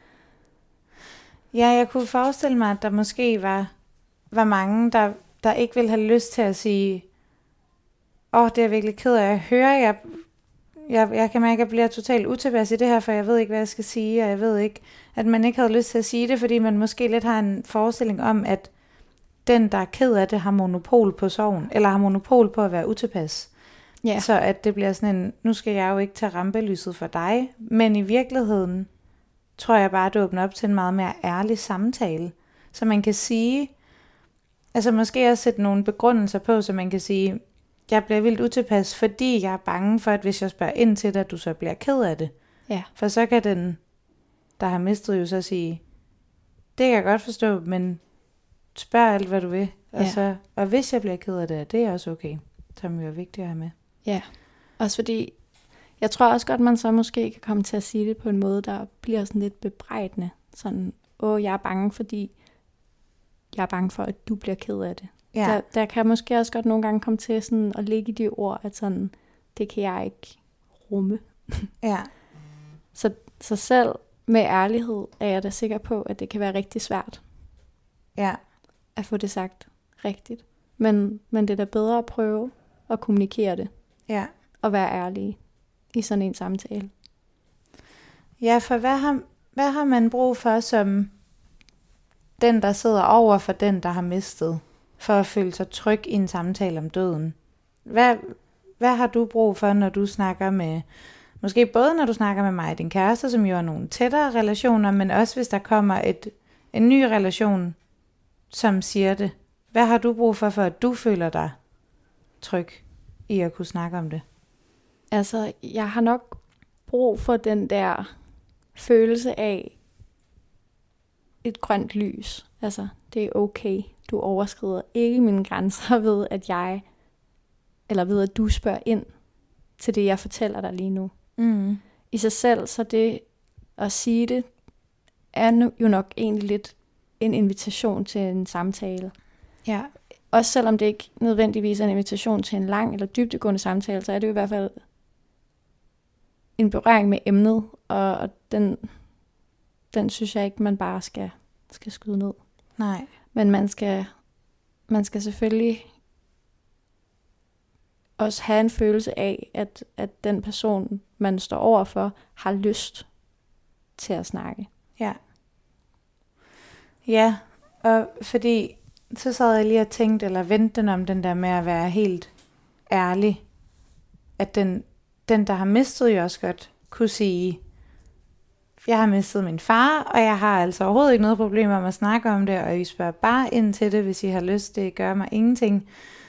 ja, jeg kunne forestille mig, at der måske var, var mange, der, der ikke ville have lyst til at sige, åh, oh, det er jeg virkelig ked af at høre, jeg, jeg, jeg kan mærke, at jeg bliver totalt utilpas i det her, for jeg ved ikke, hvad jeg skal sige, og jeg ved ikke, at man ikke havde lyst til at sige det, fordi man måske lidt har en forestilling om, at den, der er ked af det, har monopol på sorgen, eller har monopol på at være utilpas. Ja. Så at det bliver sådan en, nu skal jeg jo ikke tage rampelyset for dig, men i virkeligheden tror jeg bare, at det åbner op til en meget mere ærlig samtale, så man kan sige, altså måske også sætte nogle begrundelser på, så man kan sige, jeg bliver vildt utilpas, fordi jeg er bange for, at hvis jeg spørger ind til det, at du så bliver ked af det. Ja. For så kan den, der har mistet, jo så sige, det kan jeg godt forstå, men spørg alt, hvad du vil. Og, ja. så, og hvis jeg bliver ked af det, det er også okay, som jo er vigtigt at have med. Ja, også fordi, jeg tror også godt, man så måske kan komme til at sige det på en måde, der bliver sådan lidt bebrejdende. Sådan, åh, jeg er bange, fordi jeg er bange for, at du bliver ked af det. Ja. Der, der kan måske også godt nogle gange komme til sådan at ligge i de ord, at sådan, det kan jeg ikke rumme. Ja. Så, så selv med ærlighed er jeg da sikker på, at det kan være rigtig svært Ja. at få det sagt rigtigt. Men, men det er da bedre at prøve at kommunikere det Ja. og være ærlig i sådan en samtale. Ja, for hvad har, hvad har man brug for som den, der sidder over for den, der har mistet, for at føle sig tryg i en samtale om døden? Hvad, hvad har du brug for, når du snakker med, måske både når du snakker med mig og din kæreste, som jo er nogle tættere relationer, men også hvis der kommer et, en ny relation, som siger det. Hvad har du brug for, for at du føler dig tryg i at kunne snakke om det? Altså, jeg har nok brug for den der følelse af et grønt lys. Altså, det er okay. Du overskrider ikke mine grænser ved, at jeg, eller ved, at du spørger ind til det, jeg fortæller dig lige nu. Mm. I sig selv, så det at sige det, er jo nok egentlig lidt en invitation til en samtale. Ja. Også selvom det ikke nødvendigvis er en invitation til en lang eller dybdegående samtale, så er det jo i hvert fald en berøring med emnet, og, og den, den synes jeg ikke, man bare skal, skal skyde ned. Nej. Men man skal, man skal selvfølgelig også have en følelse af, at, at den person, man står overfor, har lyst til at snakke. Ja. Ja, og fordi så sad jeg lige og tænkte, eller vendte den om den der med at være helt ærlig, at den, den der har mistet jo også godt kunne sige, jeg har mistet min far, og jeg har altså overhovedet ikke noget problem om at snakke om det, og I spørger bare ind til det, hvis I har lyst. Det gør mig ingenting.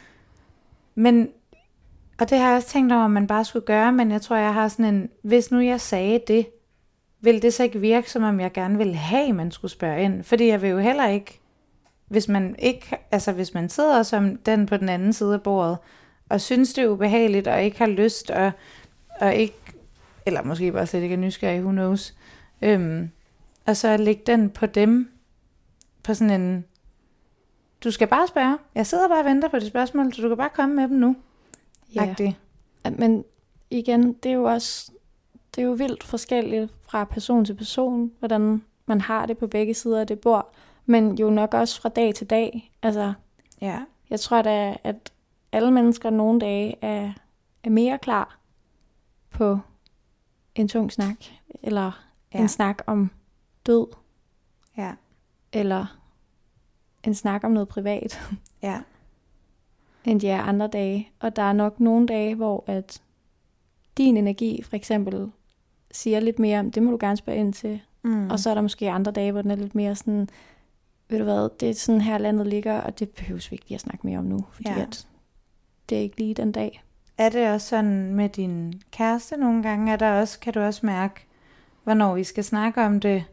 Men, og det har jeg også tænkt over, at man bare skulle gøre, men jeg tror, jeg har sådan en, hvis nu jeg sagde det, vil det så ikke virke, som om jeg gerne ville have, at man skulle spørge ind? Fordi jeg vil jo heller ikke, hvis man ikke, altså hvis man sidder som den på den anden side af bordet, og synes det er ubehageligt, og ikke har lyst, og, og ikke, eller måske bare slet ikke er nysgerrig, who knows, øhm, og så lægge den på dem, på sådan en, du skal bare spørge, jeg sidder bare og venter på de spørgsmål, så du kan bare komme med dem nu. Ja. Men igen, det er jo også, det er jo vildt forskelligt fra person til person, hvordan man har det på begge sider af det bord, men jo nok også fra dag til dag. Altså, ja. Jeg tror da, at alle mennesker nogle dage er, er mere klar på en tung snak, eller ja. en snak om død, ja. eller en snak om noget privat, ja. end de er andre dage. Og der er nok nogle dage, hvor at din energi for eksempel siger lidt mere om, det må du gerne spørge ind til. Mm. Og så er der måske andre dage, hvor den er lidt mere sådan, ved du hvad, det er sådan her landet ligger, og det behøves vi ikke lige at snakke mere om nu, fordi ja. at det er ikke lige den dag. Er det også sådan med din kæreste nogle gange? Er der også, kan du også mærke, hvornår I skal snakke om det,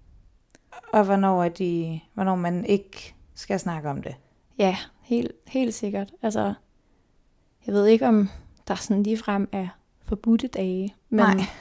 og hvornår, er de, hvornår man ikke skal snakke om det? Ja, helt, helt sikkert. Altså, jeg ved ikke, om der sådan ligefrem er forbudte dage, men,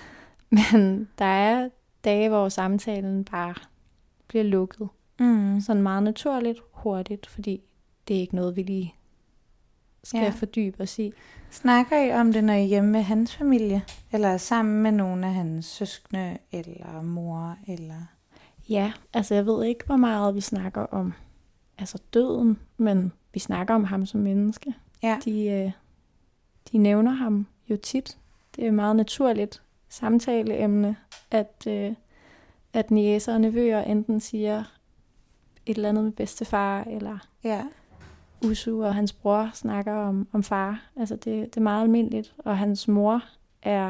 men der er dage, hvor samtalen bare bliver lukket. Mm. Sådan meget naturligt, hurtigt, fordi det er ikke noget, vi lige skal ja. fordybe os i. Snakker I om det, når I er hjemme med hans familie? Eller sammen med nogle af hans søskende, eller mor, eller... Ja, altså jeg ved ikke, hvor meget vi snakker om altså døden, men vi snakker om ham som menneske. Ja. De, øh, de nævner ham jo tit. Det er meget naturligt samtaleemne, at, øh, at niecer og nevøer enten siger et eller andet med bedstefar, eller ja. Usu og hans bror snakker om, om far. Altså det, det er meget almindeligt, og hans mor er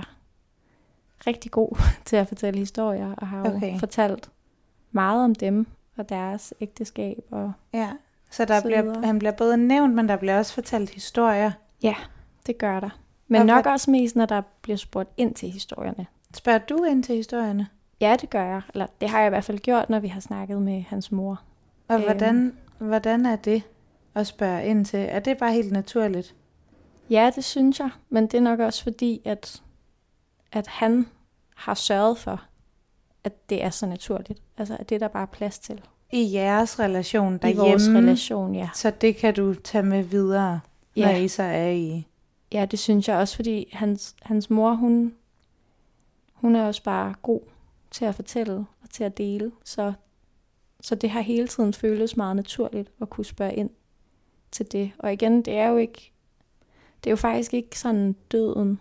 rigtig god til at fortælle historier, og har okay. jo fortalt meget om dem og deres ægteskab. Og ja, så der så bliver, han bliver både nævnt, men der bliver også fortalt historier. Ja, det gør der. Men og nok for... også mest, når der bliver spurgt ind til historierne. Spørger du ind til historierne? Ja, det gør jeg. Eller det har jeg i hvert fald gjort, når vi har snakket med hans mor. Og hvordan, hvordan er det at spørge ind til? Er det bare helt naturligt? Ja, det synes jeg. Men det er nok også fordi, at, at han har sørget for, at det er så naturligt. Altså, at det er der bare er plads til. I jeres relation derhjemme? I vores relation, ja. Så det kan du tage med videre, ja. når I så er i... Ja, det synes jeg også, fordi hans, hans mor, hun, hun er også bare god til at fortælle og til at dele. Så, så det har hele tiden føltes meget naturligt at kunne spørge ind til det. Og igen, det er jo ikke, det er jo faktisk ikke sådan døden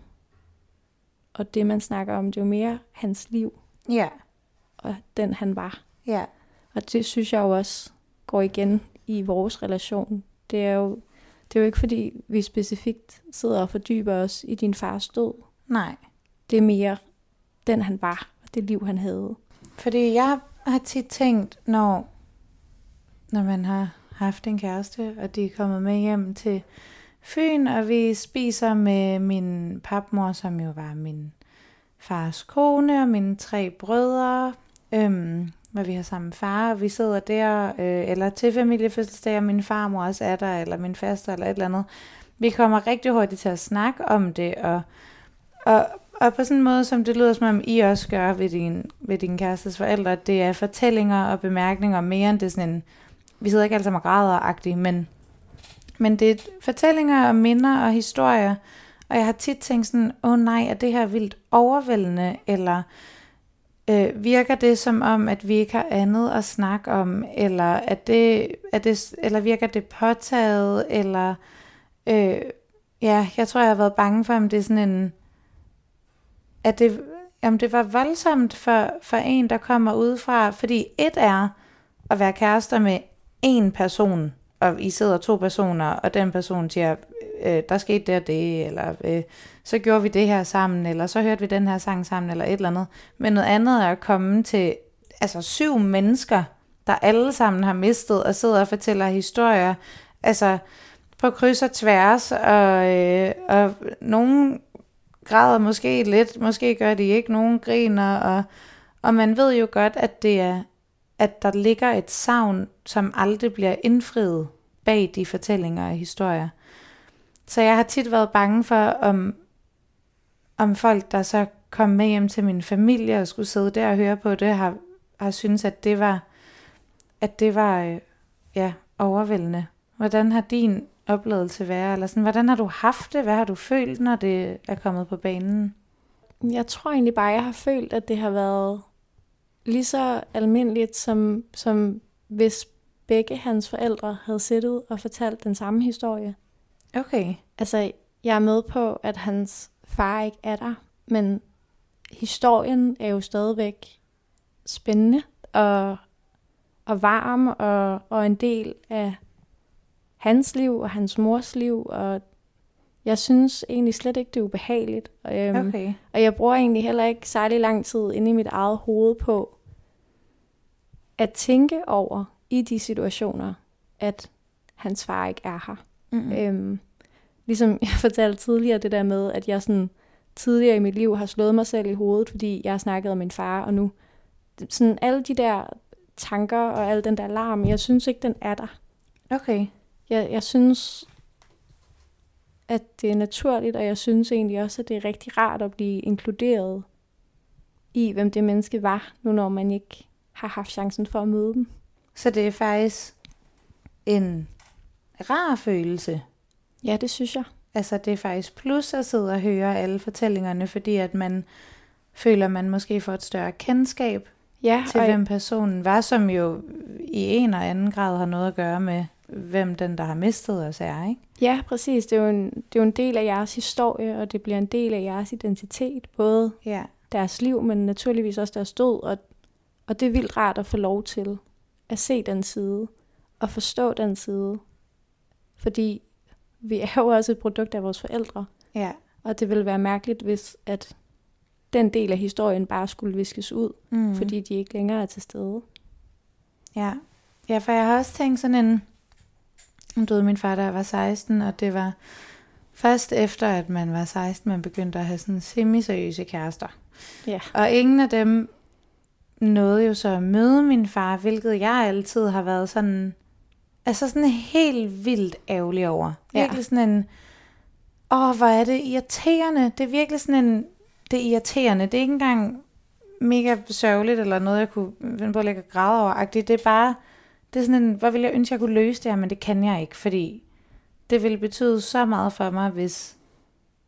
og det, man snakker om. Det er jo mere hans liv Ja. og den, han var. Ja. Og det synes jeg jo også går igen i vores relation. Det er jo, det er jo ikke fordi, vi specifikt sidder og fordyber os i din fars død. Nej. Det er mere den, han var, og det liv, han havde. Fordi jeg har tit tænkt, når, når man har haft en kæreste, og de er kommet med hjem til Fyn, og vi spiser med min papmor, som jo var min fars kone, og mine tre brødre, øhm, hvor vi har samme far, og vi sidder der, øh, eller til familiefødselsdag, og min farmor også er der, eller min faster, eller et eller andet. Vi kommer rigtig hurtigt til at snakke om det, og, og, og på sådan en måde, som det lyder, som om I også gør ved din, ved din kærestes forældre, det er fortællinger og bemærkninger mere end det er sådan en, vi sidder ikke alle sammen og græder-agtigt, men, men det er fortællinger og minder og historier, og jeg har tit tænkt sådan, åh oh, nej, er det her vildt overvældende, eller øh, virker det som om, at vi ikke har andet at snakke om, eller, er det, er det, eller virker det påtaget, eller øh, ja, jeg tror, jeg har været bange for, om det er sådan en, at det, om det var voldsomt for, for en, der kommer udefra, fordi et er at være kærester med en person, og I sidder to personer, og den person siger, øh, der skete det og det, eller øh, så gjorde vi det her sammen, eller så hørte vi den her sang sammen, eller et eller andet. Men noget andet er at komme til altså syv mennesker, der alle sammen har mistet, og sidder og fortæller historier, altså på kryds og tværs, og, øh, og nogen græder måske lidt, måske gør de ikke, nogen griner, og, og man ved jo godt, at det er, at der ligger et savn, som aldrig bliver indfriet bag de fortællinger og historier. Så jeg har tit været bange for, om, om folk, der så kom med hjem til min familie og skulle sidde der og høre på det, har, har syntes, at det var, at det var øh, ja, overvældende. Hvordan har din oplevelse været? Eller sådan, hvordan har du haft det? Hvad har du følt, når det er kommet på banen? Jeg tror egentlig bare, jeg har følt, at det har været lige så almindeligt, som, som hvis begge hans forældre havde siddet og fortalt den samme historie. Okay. Altså, jeg er med på, at hans far ikke er der, men historien er jo stadigvæk spændende og, og varm og, og en del af hans liv og hans mors liv, og jeg synes egentlig slet ikke, det er ubehageligt. Øhm, Okay. Og jeg bruger egentlig heller ikke særlig lang tid inde i mit eget hoved på at tænke over i de situationer, at hans far ikke er her. Mm-hmm. Øhm, ligesom jeg fortalte tidligere, det der med, at jeg sådan tidligere i mit liv har slået mig selv i hovedet, fordi jeg har snakket om min far, og nu sådan alle de der tanker og al den der larm, jeg synes ikke, den er der. Okay. Jeg, jeg synes, at det er naturligt, og jeg synes egentlig også, at det er rigtig rart at blive inkluderet i, hvem det menneske var, nu når man ikke har haft chancen for at møde dem. Så det er faktisk en rar følelse. Ja, det synes jeg. Altså det er faktisk plus at sidde og høre alle fortællingerne, fordi at man føler, at man måske får et større kendskab Ja, til, og hvem personen var, som jo i en og anden grad har noget at gøre med, hvem den, der har mistet os er, ikke? ja, præcis. Det er, jo en, det er jo en del af jeres historie, og det bliver en del af jeres identitet. Både Ja. deres liv, men naturligvis også deres død. Og, og det er vildt rart at få lov til at se den side, og forstå den side. Fordi vi er jo også et produkt af vores forældre. Ja. Og det ville være mærkeligt, hvis at den del af historien bare skulle viskes ud, Mm. fordi de ikke længere er til stede. Ja. Ja, for jeg har også tænkt sådan en... Nu døde min far, da jeg var seksten, og det var først efter, at man var seksten, man begyndte at have sådan semi-seriøse kærester. Ja. Og ingen af dem nåede jo så at møde min far, hvilket jeg altid har været sådan... Altså sådan helt vildt ærgerlig over. Ja. Virkelig sådan en... Åh, hvor er det irriterende. Det er virkelig sådan en... Det er irriterende. Det er ikke engang mega sørgeligt, eller noget, jeg kunne finde på at lægge græde over-agtigt. Det er bare... Det er sådan en... Hvor ville jeg ønske, jeg kunne løse det her, men det kan jeg ikke, fordi det ville betyde så meget for mig, hvis,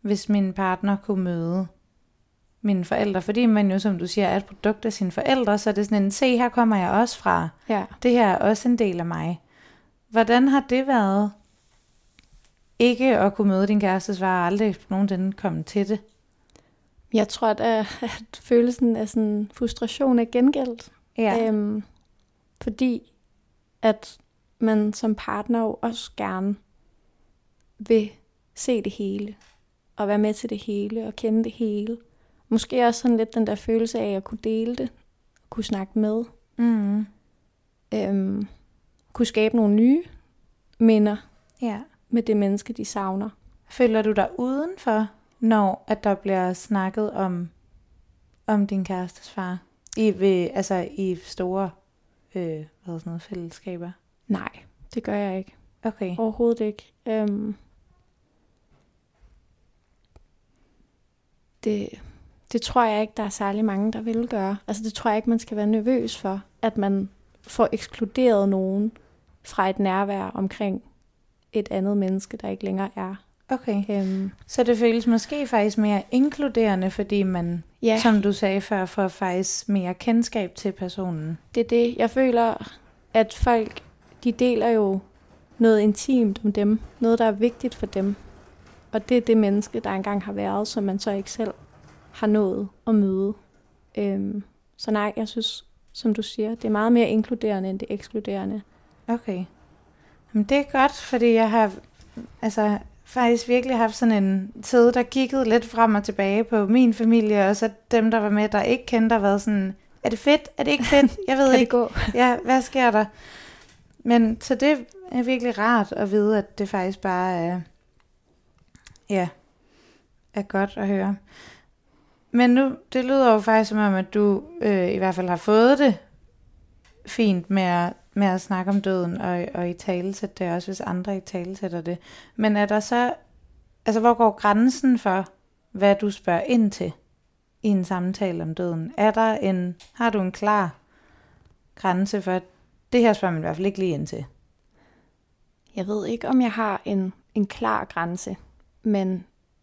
hvis min partner kunne møde mine forældre, fordi man jo, som du siger, er et produkt af sine forældre, så er det sådan en, se, her kommer jeg også fra. Ja. Det her er også en del af mig. Hvordan har det været, ikke at kunne møde din kærestes far, og aldrig nogensinde komme til det? Jeg tror, at, at følelsen af sådan frustration er gengældt. Ja. Øhm, fordi at man som partner jo også gerne vil se det hele, og være med til det hele, og kende det hele. Måske også sådan lidt den der følelse af at kunne dele det, kunne snakke med, Mm. øhm, kunne skabe nogle nye minder Ja. med det menneske, de savner. Føler du dig udenfor, når at der bliver snakket om, om din kærestes far? I, ved, altså i store øh, hvad hedder sådan noget, fællesskaber? Nej, det gør jeg ikke. Okay. Overhovedet ikke. Øhm, det, det tror jeg ikke, der er særlig mange, der vil gøre. Altså det tror jeg ikke, man skal være nervøs for, at man får ekskluderet nogen fra et nærvær omkring et andet menneske, der ikke længere er. Okay. Øhm, Så det føles måske faktisk mere inkluderende, fordi man, ja, som du sagde før, får faktisk mere kendskab til personen. det er det. Jeg føler, at folk, de deler jo noget intimt om dem. Noget, der er vigtigt for dem. Og det er det menneske, der engang har været, som man så ikke selv har nået at møde. Øhm, så nej, jeg synes, som du siger, det er meget mere inkluderende end det ekskluderende. Okay. Men det er godt, fordi jeg har altså faktisk virkelig haft sådan en tid, der kiggede lidt frem og tilbage på min familie, og så dem, der var med, der ikke kendte, der været sådan, er det fedt? Er det ikke fedt? Jeg ved Kan ikke. det gå? Ja, hvad sker der? Men så det er virkelig rart at vide, at det faktisk bare er, ja, er godt at høre. Men nu, det lyder jo faktisk som om, at du øh, i hvert fald har fået det fint med at, med at snakke om døden, og, og i talesætte det også, hvis andre i talesætter det. Men er der så, altså hvor går grænsen for, hvad du spørger ind til i en samtale om døden? Er der en, har du en klar grænse for, det her spørger man i hvert fald ikke lige ind til? Jeg ved ikke, om jeg har en, en klar grænse, men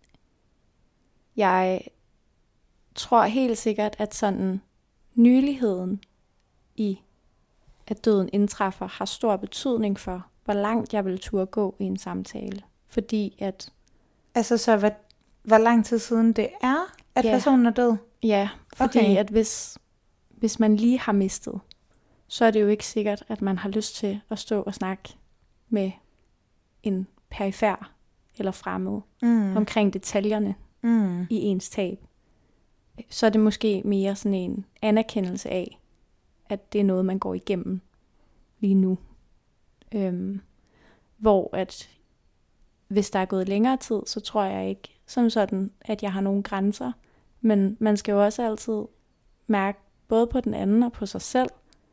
jeg tror helt sikkert, at sådan nyligheden i, at døden indtræffer, har stor betydning for, hvor langt jeg vil turde gå i en samtale. Fordi at... Altså så, hvad, hvor lang tid siden det er, at Ja. personen er død? Ja, fordi Okay. at hvis, hvis man lige har mistet, så er det jo ikke sikkert, at man har lyst til at stå og snakke med en perifer eller fremmed Mm. omkring detaljerne Mm. i ens tab. Så er det måske mere sådan en anerkendelse af, at det er noget, man går igennem lige nu. Øhm, hvor at hvis der er gået længere tid, så tror jeg ikke som sådan, at jeg har nogle grænser. Men man skal jo også altid mærke både på den anden og på sig selv,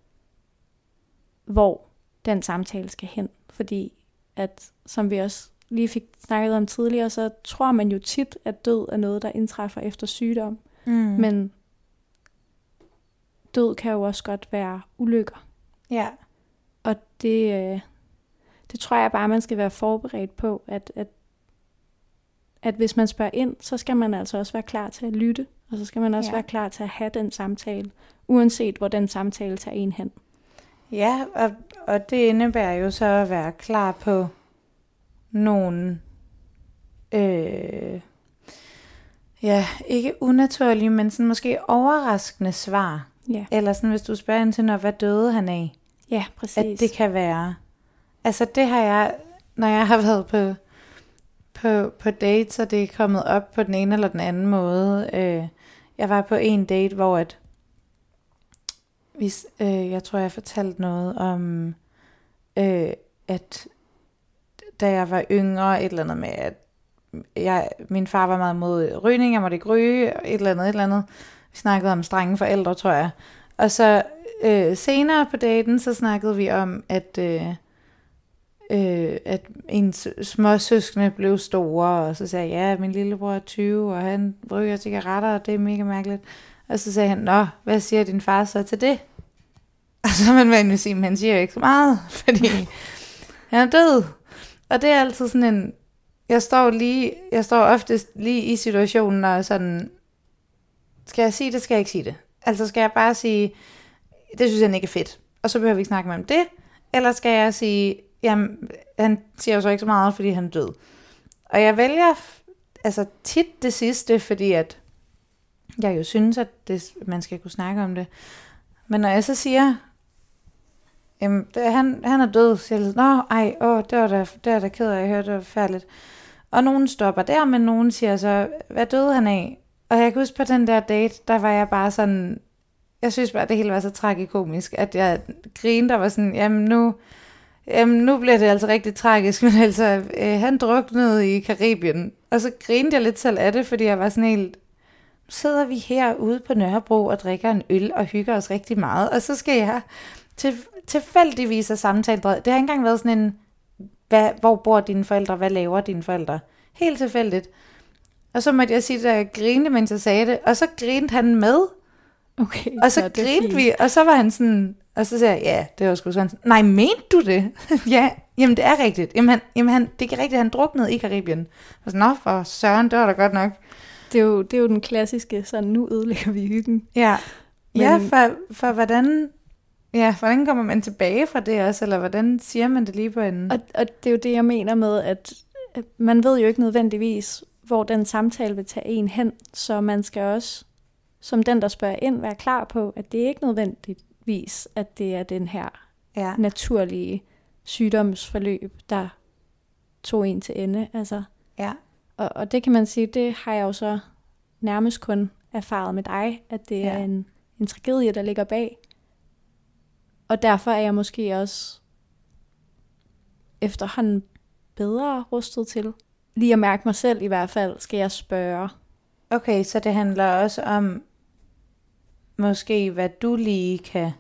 hvor den samtale skal hen. Fordi at, som vi også lige fik snakket om tidligere, så tror man jo tit, at død er noget, der indtræffer efter sygdom. Mm. Men død kan jo også godt være ulykker. Ja. Og det, øh, det tror jeg bare, man skal være forberedt på, at, at, at hvis man spørger ind, så skal man altså også være klar til at lytte, og så skal man også Ja. være klar til at have den samtale, uanset hvor den samtale tager en hen. Ja, og, og det indebærer jo så at være klar på nogle, øh, ja, ikke unaturlige, men sådan måske overraskende svar. Ja, Eller sådan, hvis du spørger ind til, når, hvad døde han af? ja præcis. At det kan være. Altså det har jeg, når jeg har været på, på, på dates, og det er kommet op på den ene eller den anden måde. Øh, jeg var på en date, hvor at, hvis, øh, jeg tror, jeg fortalte noget om, øh, at da jeg var yngre, et eller andet med, at jeg, min far var meget mod rygning, jeg måtte ikke ryge, et eller andet, et eller andet. Vi snakkede om strenge forældre, tror jeg. Og så øh, senere på daten, så snakkede vi om, at, øh, øh, at ens små søskende blev store, og så sagde jeg, ja, min lillebror er tyve, og han ryger cigaretter, og det er mega mærkeligt. Og så sagde han, nå, hvad siger din far så til det? Og så man vil sige, men han siger jo ikke så meget, fordi han er død. Og det er altid sådan en, jeg står lige, jeg står oftest lige i situationen, og sådan, skal jeg sige det, skal jeg ikke sige det? Altså skal jeg bare sige, det synes jeg ikke er fedt, og så behøver vi ikke snakke med om det, eller skal jeg sige, jamen, han siger jo så ikke så meget, fordi han er død. Og jeg vælger altså tit det sidste, fordi at jeg jo synes, at det, man skal kunne snakke om det. Men når jeg så siger, jamen, det, han, han er død, så siger jeg, nå, ej, åh, det var da, det var da ked af, jeg hørte, det var færdigt. Og nogen stopper der, men nogen siger så, hvad døde han af? Og jeg kan huske på den der date, der var jeg bare sådan, jeg synes bare, det hele var så tragikomisk, at jeg grinede og var sådan, jamen nu, jamen nu bliver det altså rigtig tragisk, men altså, øh, han druknede i Karibien. Og så grinede jeg lidt selv af det, fordi jeg var sådan helt, sidder vi herude på Nørrebro og drikker en øl og hygger os rigtig meget, og så skal jeg til, tilfældigvis have samtalt. Det har ikke engang været sådan en, hvad, hvor bor dine forældre, hvad laver dine forældre? Helt tilfældigt. Og så måtte jeg sige, at jeg grinede, mens jeg sagde det, og så grinede han med. Okay, og så grinede vi, og så var han sådan, og så sagde jeg, ja, det var sgu sådan, nej, mente du det? Ja, jamen det er rigtigt. Jamen, han, jamen han, det er rigtigt, han druknede i Karibien. Og så, nå, for søren, det var da godt nok. Det er jo, det er jo den klassiske, sådan nu ødelægger vi hyggen. Ja, Men, ja for, for hvordan, ja, hvordan kommer man tilbage fra det også, eller hvordan siger man det lige på enden? Og, og det er jo det, jeg mener med, at, at man ved jo ikke nødvendigvis, hvor den samtale vil tage en hen, så man skal også, som den, der spørger ind, være klar på, at det er ikke nødvendigvis, at det er den her ja. naturlige sygdomsforløb, der tog en til ende. Altså, ja. Og, og det kan man sige, det har jeg jo så nærmest kun erfaret med dig, at det ja. er en, en tragedie, der ligger bag. Og derfor er jeg måske også efterhånden bedre rustet til. Lige at mærke mig selv i hvert fald, skal jeg spørge. Okay, så det handler også om, måske hvad du lige kan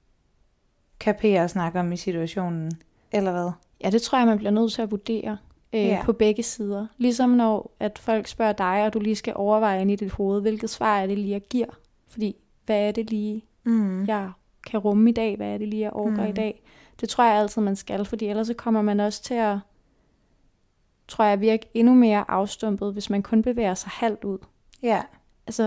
kapere og snakke om i situationen, eller hvad? Ja, det tror jeg, man bliver nødt til at vurdere øh, ja. på begge sider. Ligesom når at folk spørger dig, og du lige skal overveje ind i dit hoved, hvilket svar er det lige, jeg giver. Fordi, hvad er det lige, mm. jeg kan rumme i dag? Hvad er det lige, jeg orker mm. i dag? Det tror jeg altid, man skal, fordi ellers så kommer man også til at, tror jeg, virke endnu mere afstumpet, hvis man kun bevæger sig halvt ud. Ja. Altså,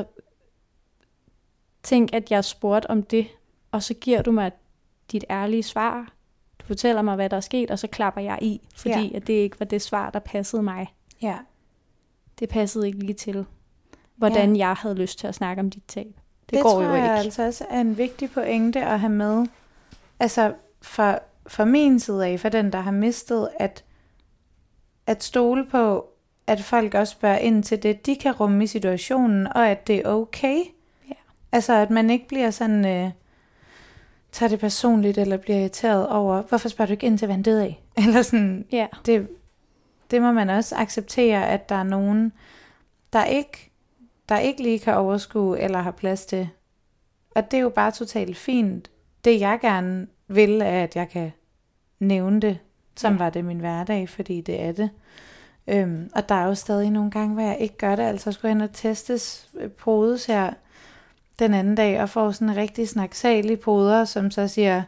tænk, at jeg spurgte om det, og så giver du mig dit ærlige svar. Du fortæller mig, hvad der er sket, og så klapper jeg i, fordi ja. at det ikke var det svar, der passede mig. Ja. Det passede ikke lige til, hvordan ja. jeg havde lyst til at snakke om dit tab. Det, det går jo ikke. Det tror jeg altså også er en vigtig pointe at have med. Altså, for, for min side af, for den, der har mistet, at, at stole på, at folk også spørger ind til det, de kan rumme i situationen, og at det er okay. Ja. Altså, at man ikke bliver sådan, øh, tager det personligt, eller bliver irriteret over, hvorfor spørger du ikke ind til, hvad han døde af? Eller sådan, ja. det, det må man også acceptere, at der er nogen, der ikke, der ikke lige kan overskue, eller har plads til. Og det er jo bare totalt fint. Det jeg gerne vil, er, at jeg kan nævne det, som ja. var det min hverdag, fordi det er det. Øhm, og der er jo stadig nogle gange, hvor jeg ikke gør det. Altså skulle jeg hen og testes podes her den anden dag, og får sådan en rigtig snaksalig poder, som så siger,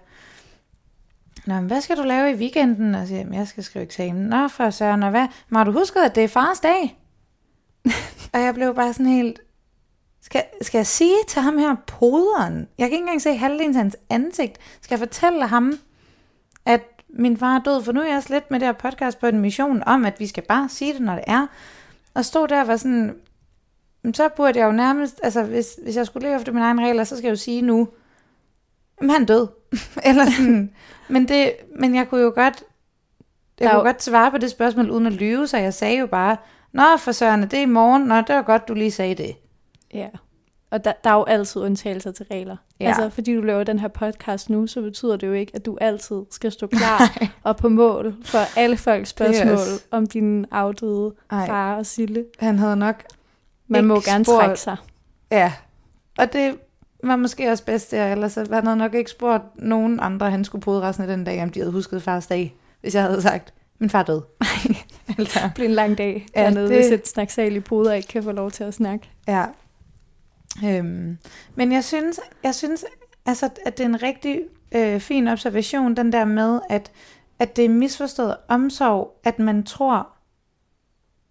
nå, men hvad skal du lave i weekenden? Og siger, jeg skal skrive eksamen. Nå, for søren, og hvad? Men har du husket, at det er fars dag? Og jeg blev bare sådan helt, skal, skal jeg sige til ham her poderen? Jeg kan ikke engang se halvdelen til hans ansigt. Skal jeg fortælle ham, at min far er død? For nu er jeg slet med det her podcast på en mission om, at vi skal bare sige det, når det er. Og stod der og var sådan, så burde jeg jo nærmest, altså hvis, hvis jeg skulle leve efter mine egne regler, så skal jeg jo sige nu, jamen han er død. Eller sådan. men, det, men jeg kunne jo godt, jeg kunne jo godt svare på det spørgsmål uden at lyve, så jeg sagde jo bare, nå for søren, det er i morgen, nå det var godt, du lige sagde det. Ja, og der, der er jo altid undtagelser til regler. Ja. Altså fordi du laver den her podcast nu, så betyder det jo ikke, at du altid skal stå klar og på mål for alle folks spørgsmål yes. om din afdøde Ej. far og Sille. Han havde nok Man må gerne spurgt. trække sig. Ja, og det var måske også bedst der, ellers han havde nok ikke spurgt nogen andre, han skulle pode resten af den dag, om de havde husket fars dag, hvis jeg havde sagt, min far død. altså. Det bliver en lang dag ja, dernede, det... hvis et snaksalig poder ikke kan få lov til at snakke. Ja. Øhm. Men jeg synes, jeg synes altså, at det er en rigtig øh, fin observation, den der med, at, at det er misforstået omsorg, at man tror,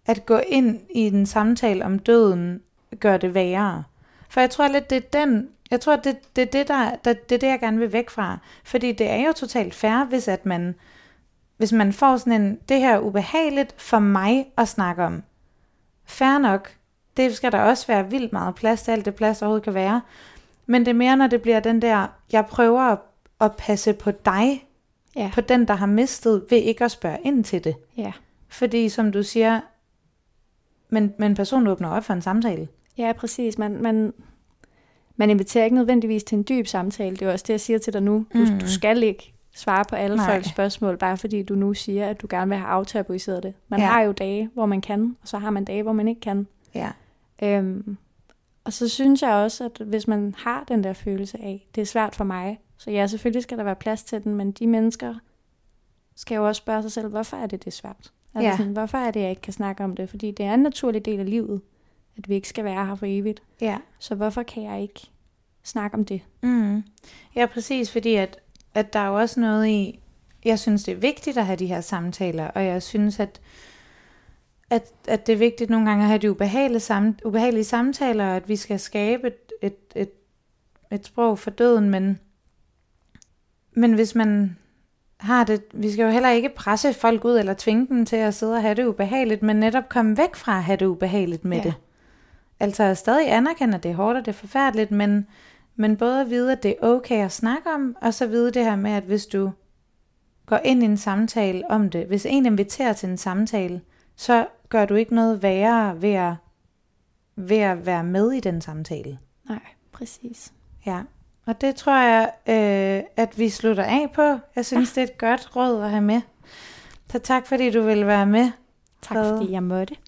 at gå ind i en samtale om døden gør det værre. For jeg tror lidt, det er den, jeg tror, det, det, er det, der, der, det er det, jeg gerne vil væk fra. Fordi det er jo totalt fair, hvis at man, hvis man får sådan en, det her er ubehageligt for mig at snakke om. Fair nok. Det skal der også være vildt meget plads til, alt det plads, der overhovedet kan være. Men det er mere, når det bliver den der, jeg prøver at, at passe på dig, Ja. på den, der har mistet, ved ikke at spørge ind til det. Ja. Fordi som du siger, men, men personen åbner op for en samtale. Ja, præcis. Man, man, man inviterer ikke nødvendigvis til en dyb samtale. Det er også det, jeg siger til dig nu. Du, mm. du skal ikke svare på alle Nej. folks spørgsmål, bare fordi du nu siger, at du gerne vil have aftabuiseret det. Man Ja. har jo dage, hvor man kan, og så har man dage, hvor man ikke kan. Ja. Øhm, og så synes jeg også, at hvis man har den der følelse af, det er svært for mig, så ja, selvfølgelig skal der være plads til den, men de mennesker skal jo også spørge sig selv, hvorfor er det det svært? Altså Ja. sådan, hvorfor er det, jeg ikke kan snakke om det? Fordi det er en naturlig del af livet, at vi ikke skal være her for evigt. Ja. Så hvorfor kan jeg ikke snakke om det? Mm. Ja, præcis, fordi at, at der er jo også noget i, jeg synes, det er vigtigt at have de her samtaler, og jeg synes, at, at, at det er vigtigt nogle gange at have de ubehagelige, sam, ubehagelige samtaler, og at vi skal skabe et, et, et, et sprog for døden, men, men hvis man har det, vi skal jo heller ikke presse folk ud, eller tvinge dem til at sidde og have det ubehageligt, men netop komme væk fra at have det ubehageligt med Ja. det. Altså stadig anerkende, at det er hårdt, og det er forfærdeligt, men, men både at vide, at det er okay at snakke om, og så vide det her med, at hvis du går ind i en samtale om det, hvis en inviterer til en samtale, så gør du ikke noget værre ved at, ved at være med i den samtale. Nej, præcis. Ja, og det tror jeg, øh, at vi slutter af på. Jeg synes, ja. Det er et godt råd at have med. Så tak, fordi du ville være med. Tak fordi jeg måtte.